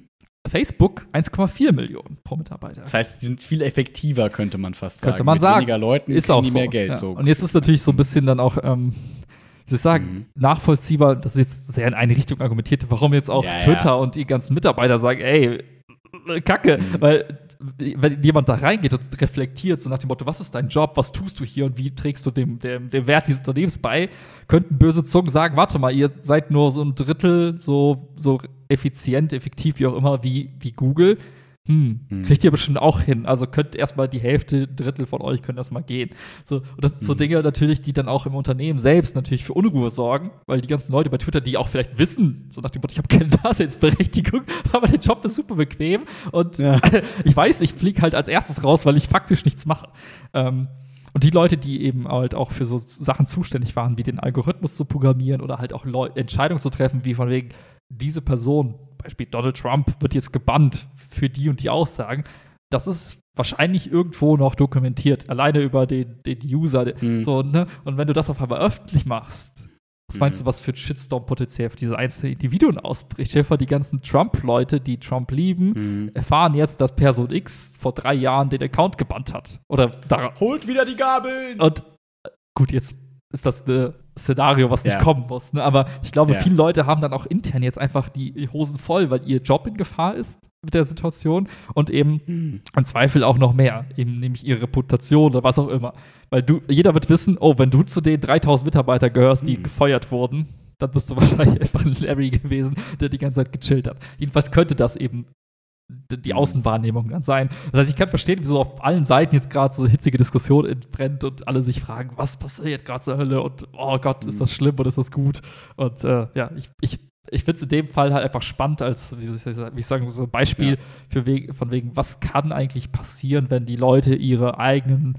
Facebook 1,4 Millionen pro Mitarbeiter. Das heißt, die sind viel effektiver, könnte man fast sagen. Könnte man sagen. Mit weniger Leuten ist kriegen auch die so. mehr Geld. Ja. So. Und jetzt ist natürlich so ein bisschen dann auch, wie soll ich sagen, nachvollziehbar, dass jetzt sehr in eine Richtung argumentiert, warum jetzt auch Twitter und die ganzen Mitarbeiter sagen, ey, Kacke, weil wenn jemand da reingeht und reflektiert, so nach dem Motto, was ist dein Job, was tust du hier und wie trägst du dem Wert dieses Unternehmens bei, könnten böse Zungen sagen, warte mal, ihr seid nur so ein Drittel so effizient, effektiv, wie auch immer, wie Google. Kriegt ihr bestimmt auch hin. Also könnt erstmal die Hälfte, Drittel von euch können erstmal gehen. So, und das sind so Dinge natürlich, die dann auch im Unternehmen selbst natürlich für Unruhe sorgen, weil die ganzen Leute bei Twitter, die auch vielleicht wissen, so nach dem Motto, ich habe keine Daseinsberechtigung, aber der Job ist super bequem und ich weiß, ich fliege halt als erstes raus, weil ich faktisch nichts mache. Und die Leute, die eben halt auch für so Sachen zuständig waren, wie den Algorithmus zu programmieren oder halt auch Entscheidungen zu treffen, wie von wegen, diese Person, Beispiel Donald Trump, wird jetzt gebannt für die und die Aussagen. Das ist wahrscheinlich irgendwo noch dokumentiert, alleine über den User. So, ne? Und wenn du das auf einmal öffentlich machst, was meinst du, was für ein Shitstorm potenziell für diese einzelnen Individuen ausbricht? Stell dir vor, die ganzen Trump-Leute, die Trump lieben, erfahren jetzt, dass Person X vor 3 Jahren den Account gebannt hat. Oder holt wieder die Gabeln! Und gut, jetzt ist das ein Szenario, was nicht kommen muss. Ne? Aber ich glaube, viele Leute haben dann auch intern jetzt einfach die Hosen voll, weil ihr Job in Gefahr ist mit der Situation und eben im Zweifel auch noch mehr, eben nämlich ihre Reputation oder was auch immer. Weil jeder wird wissen, oh, wenn du zu den 3000 Mitarbeitern gehörst, die gefeuert wurden, dann bist du wahrscheinlich einfach ein Larry gewesen, der die ganze Zeit gechillt hat. Jedenfalls könnte das eben die Außenwahrnehmung dann sein. Das heißt, ich kann verstehen, wieso auf allen Seiten jetzt gerade so hitzige Diskussion entbrennt und alle sich fragen, was passiert gerade zur Hölle und oh Gott, ist das schlimm oder ist das gut? Und ich finde es in dem Fall halt einfach spannend als, wie ich sagen, so ein Beispiel von wegen, was kann eigentlich passieren, wenn die Leute ihren eigenen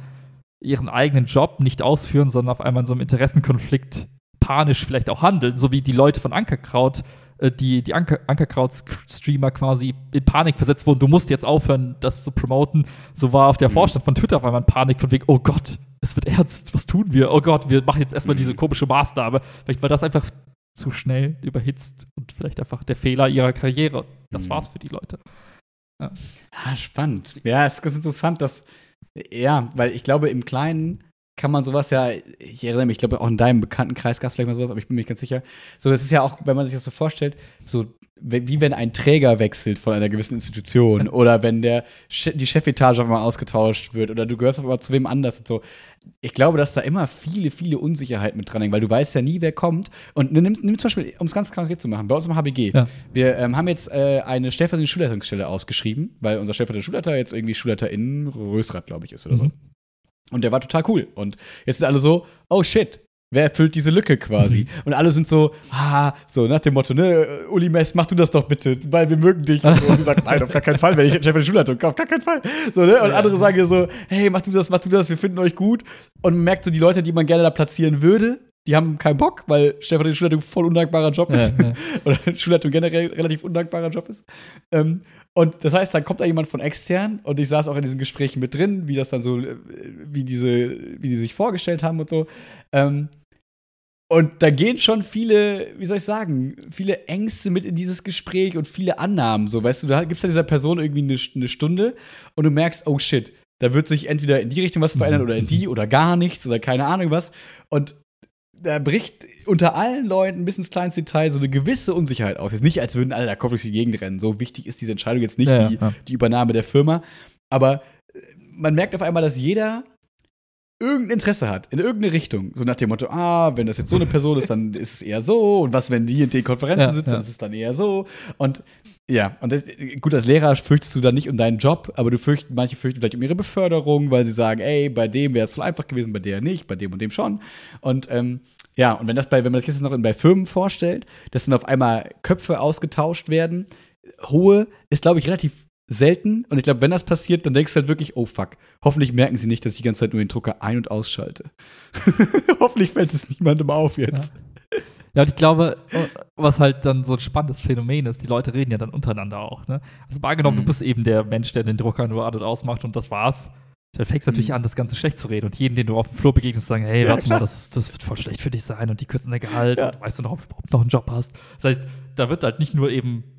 Job nicht ausführen, sondern auf einmal in so einem Interessenkonflikt panisch vielleicht auch handeln, so wie die Leute von Ankerkraut, die Ankerkraut-Streamer quasi in Panik versetzt wurden, du musst jetzt aufhören, das zu promoten. So war auf der Vorstand von Twitter auf einmal in Panik von wegen, oh Gott, es wird ernst, was tun wir? Oh Gott, wir machen jetzt erstmal diese komische Maßnahme. Vielleicht war das einfach zu schnell überhitzt und vielleicht einfach der Fehler ihrer Karriere. Das war's für die Leute. Ja. Spannend. Ja, es ist ganz interessant, weil ich glaube, im Kleinen kann man sowas ich erinnere mich, ich glaube auch in deinem Bekanntenkreis gab es vielleicht mal sowas, aber ich bin mir nicht ganz sicher. So, das ist ja auch, wenn man sich das so vorstellt, so wie wenn ein Träger wechselt von einer gewissen Institution oder wenn die Chefetage auf einmal ausgetauscht wird oder du gehörst auf einmal zu wem anders und so. Ich glaube, dass da immer viele, viele Unsicherheiten mit dran hängen, weil du weißt ja nie, wer kommt. Und nimm zum Beispiel, um es ganz konkret zu machen, bei uns im HBG, wir haben jetzt eine stellvertretende Schulleitungsstelle ausgeschrieben, weil unser stellvertretender Schulleiter jetzt irgendwie Schulleiter in Rösrath, glaube ich, ist oder so. Und der war total cool. Und jetzt sind alle so, oh shit, wer erfüllt diese Lücke quasi? Und alle sind so, so nach dem Motto, ne, Uli Mess, mach du das doch bitte, weil wir mögen dich. Und sie sagt, nein, auf gar keinen Fall, wenn ich Chef der Schulleitung, auf gar keinen Fall. So, ne? Und andere sagen ihr so, hey, mach du das, wir finden euch gut. Und man merkt so, die Leute, die man gerne da platzieren würde, die haben keinen Bock, weil stellvertretende Schulleitung voll undankbarer Job ist. Oder Schulleitung generell relativ undankbarer Job ist. Und das heißt, dann kommt da jemand von extern und ich saß auch in diesen Gesprächen mit drin, wie das dann so, wie die sich vorgestellt haben und so. Und da gehen schon viele, wie soll ich sagen, viele Ängste mit in dieses Gespräch und viele Annahmen. So, weißt du, da gibst ja dieser Person irgendwie eine Stunde und du merkst, oh shit, da wird sich entweder in die Richtung was verändern oder in die oder gar nichts oder keine Ahnung was. Und da bricht unter allen Leuten bis ins kleinste Detail so eine gewisse Unsicherheit aus. Jetzt nicht, als würden alle da kopflos durch die Gegend rennen. So wichtig ist diese Entscheidung jetzt nicht wie die Übernahme der Firma. Aber man merkt auf einmal, dass jeder irgendein Interesse hat, in irgendeine Richtung. So nach dem Motto, wenn das jetzt so eine Person ist, dann ist es eher so. Und was, wenn die in den Konferenzen sitzen, dann ist es dann eher so. Und gut, als Lehrer fürchtest du dann nicht um deinen Job, aber manche fürchten vielleicht um ihre Beförderung, weil sie sagen, ey, bei dem wäre es voll einfach gewesen, bei der nicht, bei dem und dem schon. Und und wenn man das jetzt noch bei Firmen vorstellt, dass dann auf einmal Köpfe ausgetauscht werden, ist, glaube ich, relativ selten. Und ich glaube, wenn das passiert, dann denkst du halt wirklich, oh fuck, hoffentlich merken sie nicht, dass ich die ganze Zeit nur den Drucker ein- und ausschalte. Hoffentlich fällt es niemandem auf jetzt. Ja, und ich glaube, was halt dann so ein spannendes Phänomen ist, die Leute reden ja dann untereinander auch, ne? Also mal angenommen, du bist eben der Mensch, der den Drucker nur an- und ausmacht und das war's. Dann fängst du natürlich an, das Ganze schlecht zu reden und jeden, den du auf dem Flur begegnest, sagen, hey, warte mal, das wird voll schlecht für dich sein und die kürzen dein Gehalt und weißt du noch, ob du überhaupt noch einen Job hast. Das heißt, da wird halt nicht nur eben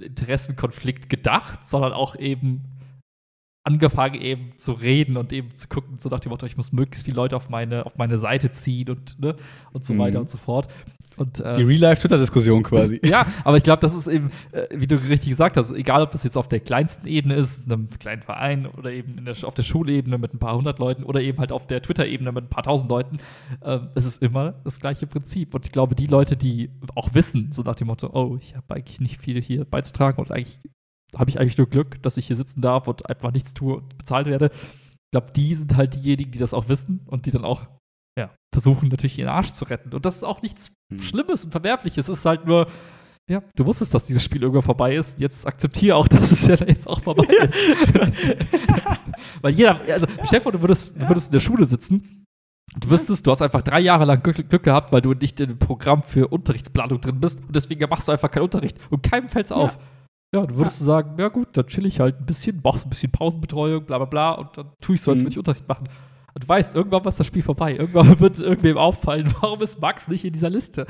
Interessenkonflikt gedacht, sondern auch eben angefangen eben zu reden und eben zu gucken, so nach dem Motto, ich muss möglichst viele Leute auf meine Seite ziehen und so weiter und so fort. Und, die Real-Life-Twitter-Diskussion quasi. Ja, aber ich glaube, das ist eben, wie du richtig gesagt hast, egal ob das jetzt auf der kleinsten Ebene ist, einem kleinen Verein oder eben auf der Schulebene mit ein paar hundert Leuten oder eben halt auf der Twitter-Ebene mit ein paar tausend Leuten, es ist immer das gleiche Prinzip. Und ich glaube, die Leute, die auch wissen, so nach dem Motto, oh, ich habe eigentlich nicht viel hier beizutragen und eigentlich habe ich eigentlich nur Glück, dass ich hier sitzen darf und einfach nichts tue und bezahlt werde. Ich glaube, die sind halt diejenigen, die das auch wissen und die dann auch versuchen natürlich ihren Arsch zu retten. Und das ist auch nichts Schlimmes und Verwerfliches. Es ist halt nur, ja, du wusstest, dass dieses Spiel irgendwann vorbei ist. Jetzt akzeptiere auch, dass es ja jetzt auch vorbei ist. Weil also stell dir vor, du würdest in der Schule sitzen. Du wüsstest, du hast einfach 3 Jahre lang Glück gehabt, weil du nicht in dem Programm für Unterrichtsplanung drin bist und deswegen machst du einfach keinen Unterricht und keinem fällt's auf. Ja, du würdest sagen, ja gut, dann chill ich halt ein bisschen, machst ein bisschen Pausenbetreuung, bla bla bla und dann tue ich so, als würde ich Unterricht machen. Und du weißt, irgendwann ist das Spiel vorbei. Irgendwann wird irgendwem auffallen, warum ist Max nicht in dieser Liste?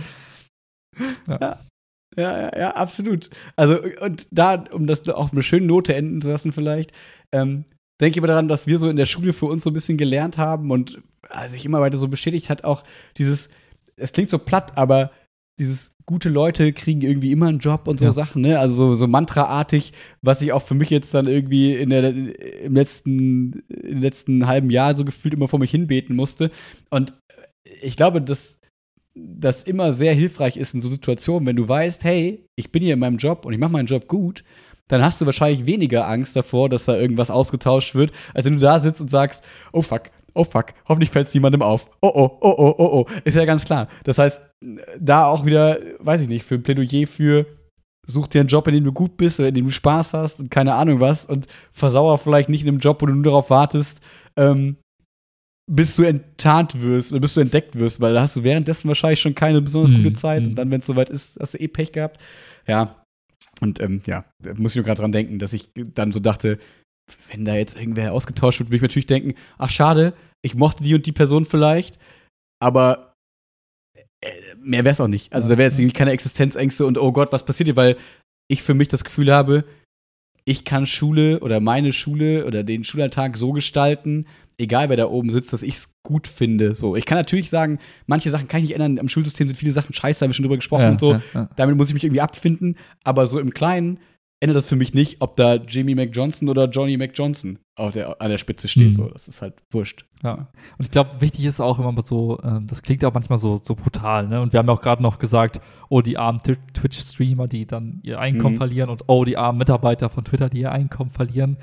Ja, absolut. Also, und da, um das auf eine schöne Note enden zu lassen vielleicht, denke ich immer daran, dass wir so in der Schule für uns so ein bisschen gelernt haben und sich immer weiter so bestätigt hat, auch dieses, es klingt so platt, aber dieses gute Leute kriegen irgendwie immer einen Job und so Sachen, ne? Also so mantraartig, was ich auch für mich jetzt dann irgendwie im letzten halben Jahr so gefühlt immer vor mich hinbeten musste. Und ich glaube, dass das immer sehr hilfreich ist in so Situationen, wenn du weißt, hey, ich bin hier in meinem Job und ich mache meinen Job gut, dann hast du wahrscheinlich weniger Angst davor, dass da irgendwas ausgetauscht wird, als wenn du da sitzt und sagst, oh fuck, hoffentlich fällt es niemandem auf. Oh. Ist ja ganz klar. Das heißt, da auch wieder, weiß ich nicht, für ein Plädoyer für such dir einen Job, in dem du gut bist oder in dem du Spaß hast und keine Ahnung was und versauer vielleicht nicht in einem Job, wo du nur darauf wartest, bis du enttarnt wirst oder bis du entdeckt wirst, weil da hast du währenddessen wahrscheinlich schon keine besonders gute Zeit und dann, wenn es soweit ist, hast du Pech gehabt. Ja, und da muss ich nur gerade dran denken, dass ich dann so dachte, wenn da jetzt irgendwer ausgetauscht wird, würde ich natürlich denken, ach schade, ich mochte die und die Person vielleicht, aber mehr wäre es auch nicht. Also da wäre jetzt irgendwie keine Existenzängste und oh Gott, was passiert hier, weil ich für mich das Gefühl habe, ich kann Schule oder meine Schule oder den Schulalltag so gestalten, egal wer da oben sitzt, dass ich es gut finde. So, ich kann natürlich sagen, manche Sachen kann ich nicht ändern. Am Schulsystem sind viele Sachen scheiße, haben wir schon drüber gesprochen und so. Ja. Damit muss ich mich irgendwie abfinden. Aber so im Kleinen ändert das für mich nicht, ob da Jimmy McJohnson oder Johnny McJohnson an der Spitze steht. So, das ist halt wurscht. Ja. Und ich glaube, wichtig ist auch immer so, das klingt auch manchmal so brutal, ne? Und wir haben ja auch gerade noch gesagt, oh, die armen Twitch-Streamer, die dann ihr Einkommen verlieren und oh, die armen Mitarbeiter von Twitter, die ihr Einkommen verlieren.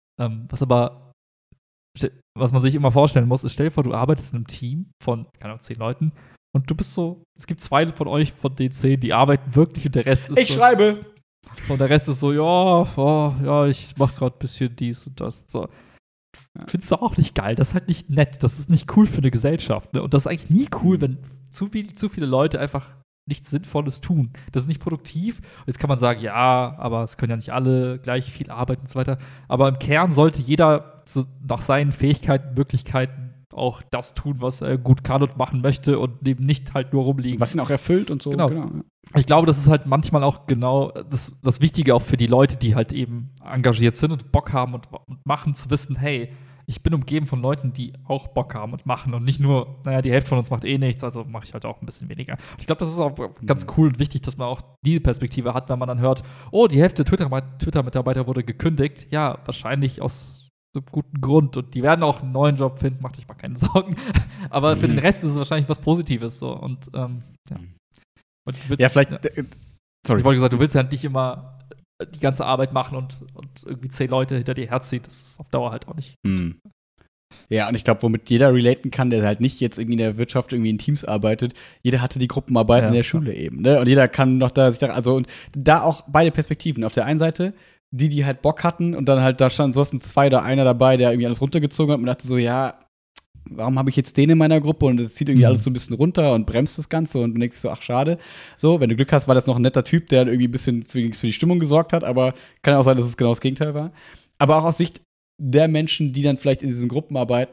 Was man sich immer vorstellen muss, ist, stell dir vor, du arbeitest in einem Team von, keine Ahnung, 10 Leuten und du bist so, es gibt 2 von euch, von den 10, die arbeiten wirklich und der Rest ist Ich schreibe! Und der Rest ist so, ja, ich mach gerade ein bisschen dies und das. So. Findest du auch nicht geil, das ist halt nicht nett, das ist nicht cool für eine Gesellschaft, ne? Und das ist eigentlich nie cool, wenn zu viele Leute einfach nichts Sinnvolles tun. Das ist nicht produktiv. Und jetzt kann man sagen, ja, aber es können ja nicht alle gleich viel arbeiten und so weiter. Aber im Kern sollte jeder so nach seinen Fähigkeiten, Möglichkeiten auch das tun, was er gut kann und machen möchte und eben nicht halt nur rumliegen. Was ihn auch erfüllt und so. Genau. Ich glaube, das ist halt manchmal auch genau das Wichtige auch für die Leute, die halt eben engagiert sind und Bock haben und machen, zu wissen, hey, ich bin umgeben von Leuten, die auch Bock haben und machen und nicht nur, die Hälfte von uns macht eh nichts, also mache ich halt auch ein bisschen weniger. Und ich glaube, das ist auch ganz cool und wichtig, dass man auch die Perspektive hat, wenn man dann hört, oh, die Hälfte Twitter-Mitarbeiter wurde gekündigt. Ja, wahrscheinlich aus einem guten Grund und die werden auch einen neuen Job finden, mach dich mal keine Sorgen. Aber für den Rest ist es wahrscheinlich was Positives. So. Und ja. Und vielleicht. Sorry. Ich wollte gesagt, du willst ja nicht immer die ganze Arbeit machen und irgendwie 10 Leute hinter dir herziehen. Das ist auf Dauer halt auch nicht. Ja, und ich glaube, womit jeder relaten kann, der halt nicht jetzt irgendwie in der Wirtschaft irgendwie in Teams arbeitet, jeder hatte die Gruppenarbeit in der Schule eben, ne? Und jeder kann noch und da auch beide Perspektiven. Auf der einen Seite die halt Bock hatten und dann halt da stand ansonsten 2 oder einer dabei, der irgendwie alles runtergezogen hat und dachte so, ja, warum habe ich jetzt den in meiner Gruppe und das zieht irgendwie alles so ein bisschen runter und bremst das Ganze und du denkst so, ach schade. So, wenn du Glück hast, war das noch ein netter Typ, der irgendwie ein bisschen für die Stimmung gesorgt hat, aber kann auch sein, dass es genau das Gegenteil war. Aber auch aus Sicht der Menschen, die dann vielleicht in diesen Gruppen arbeiten,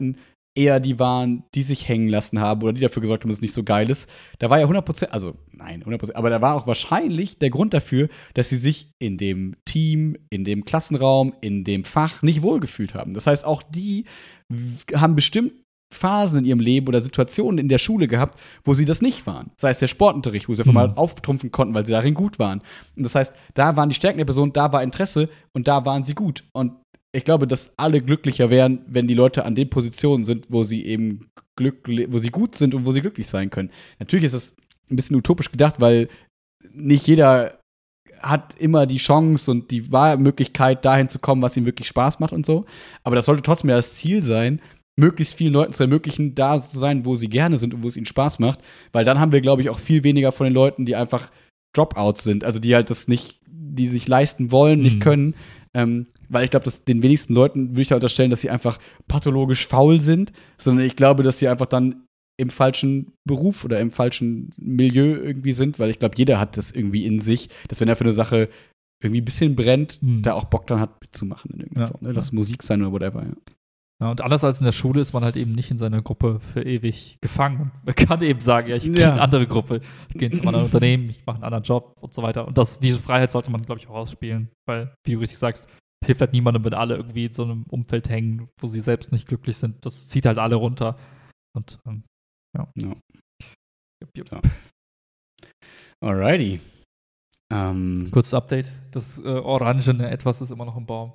eher die waren, die sich hängen lassen haben oder die dafür gesorgt haben, dass es nicht so geil ist. Da war ja 100%, also nein, 100%, aber da war auch wahrscheinlich der Grund dafür, dass sie sich in dem Team, in dem Klassenraum, in dem Fach nicht wohlgefühlt haben. Das heißt, auch die haben bestimmt Phasen in ihrem Leben oder Situationen in der Schule gehabt, wo sie das nicht waren. Sei es der Sportunterricht, wo sie einfach mal auftrumpfen konnten, weil sie darin gut waren. Und das heißt, da waren die Stärken der Person, da war Interesse und da waren sie gut. Und ich glaube, dass alle glücklicher wären, wenn die Leute an den Positionen sind, wo sie eben wo sie gut sind und wo sie glücklich sein können. Natürlich ist das ein bisschen utopisch gedacht, weil nicht jeder hat immer die Chance und die Möglichkeit, dahin zu kommen, was ihm wirklich Spaß macht und so. Aber das sollte trotzdem ja das Ziel sein, möglichst vielen Leuten zu ermöglichen, da zu sein, wo sie gerne sind und wo es ihnen Spaß macht. Weil dann haben wir, glaube ich, auch viel weniger von den Leuten, die einfach Dropouts sind. Also die halt das nicht, die sich leisten wollen, nicht können. Weil ich glaube, dass den wenigsten Leuten würde ich halt unterstellen, dass sie einfach pathologisch faul sind, sondern ich glaube, dass sie einfach dann im falschen Beruf oder im falschen Milieu irgendwie sind, weil ich glaube, jeder hat das irgendwie in sich, dass wenn er für eine Sache irgendwie ein bisschen brennt, da auch Bock dann hat mitzumachen in irgendeiner Form. Ne? Das Musik sein oder whatever, ja. Ja, und anders als in der Schule ist man halt eben nicht in seiner Gruppe für ewig gefangen. Man kann eben sagen, ja, ich gehe in eine andere Gruppe, ich gehe zu einem anderen Unternehmen, ich mache einen anderen Job und so weiter. Und diese Freiheit sollte man, glaube ich, auch ausspielen, weil, wie du richtig sagst, hilft halt niemandem, wenn alle irgendwie in so einem Umfeld hängen, wo sie selbst nicht glücklich sind. Das zieht halt alle runter. Und ja. Jupp. Alrighty. Kurzes Update. Das orangene Etwas ist immer noch im Baum.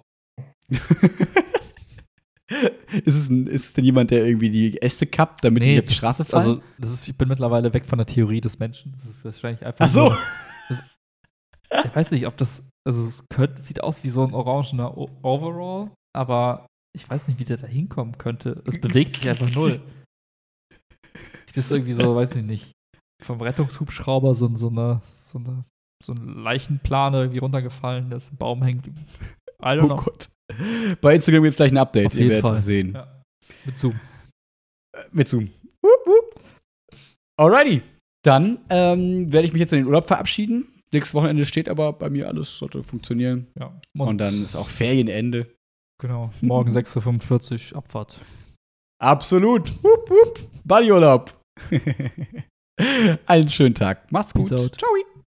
Ist es denn jemand, der irgendwie die Äste kappt, damit die auf die Straße fallen? Also, ich bin mittlerweile weg von der Theorie des Menschen. Das ist wahrscheinlich einfach Ach so. Ich weiß nicht, ob das, also sieht aus wie so ein orangener Overall, aber ich weiß nicht, wie der da hinkommen könnte. Es bewegt sich einfach null. Das ist irgendwie so, weiß ich nicht, vom Rettungshubschrauber so ein Leichenplane irgendwie runtergefallen, der ist im Baum hängen geblieben. I don't know. Gott. Bei Instagram gibt es gleich ein Update, ihr werdet es sehen. Ja. Mit Zoom. Alrighty. Dann werde ich mich jetzt in den Urlaub verabschieden. Nächstes Wochenende steht aber bei mir alles, sollte funktionieren. Ja. Und dann ist auch Ferienende. Genau. Morgen 6:45 Uhr Abfahrt. Absolut. Balliurlaub. Einen schönen Tag. Macht's gut. Ciao.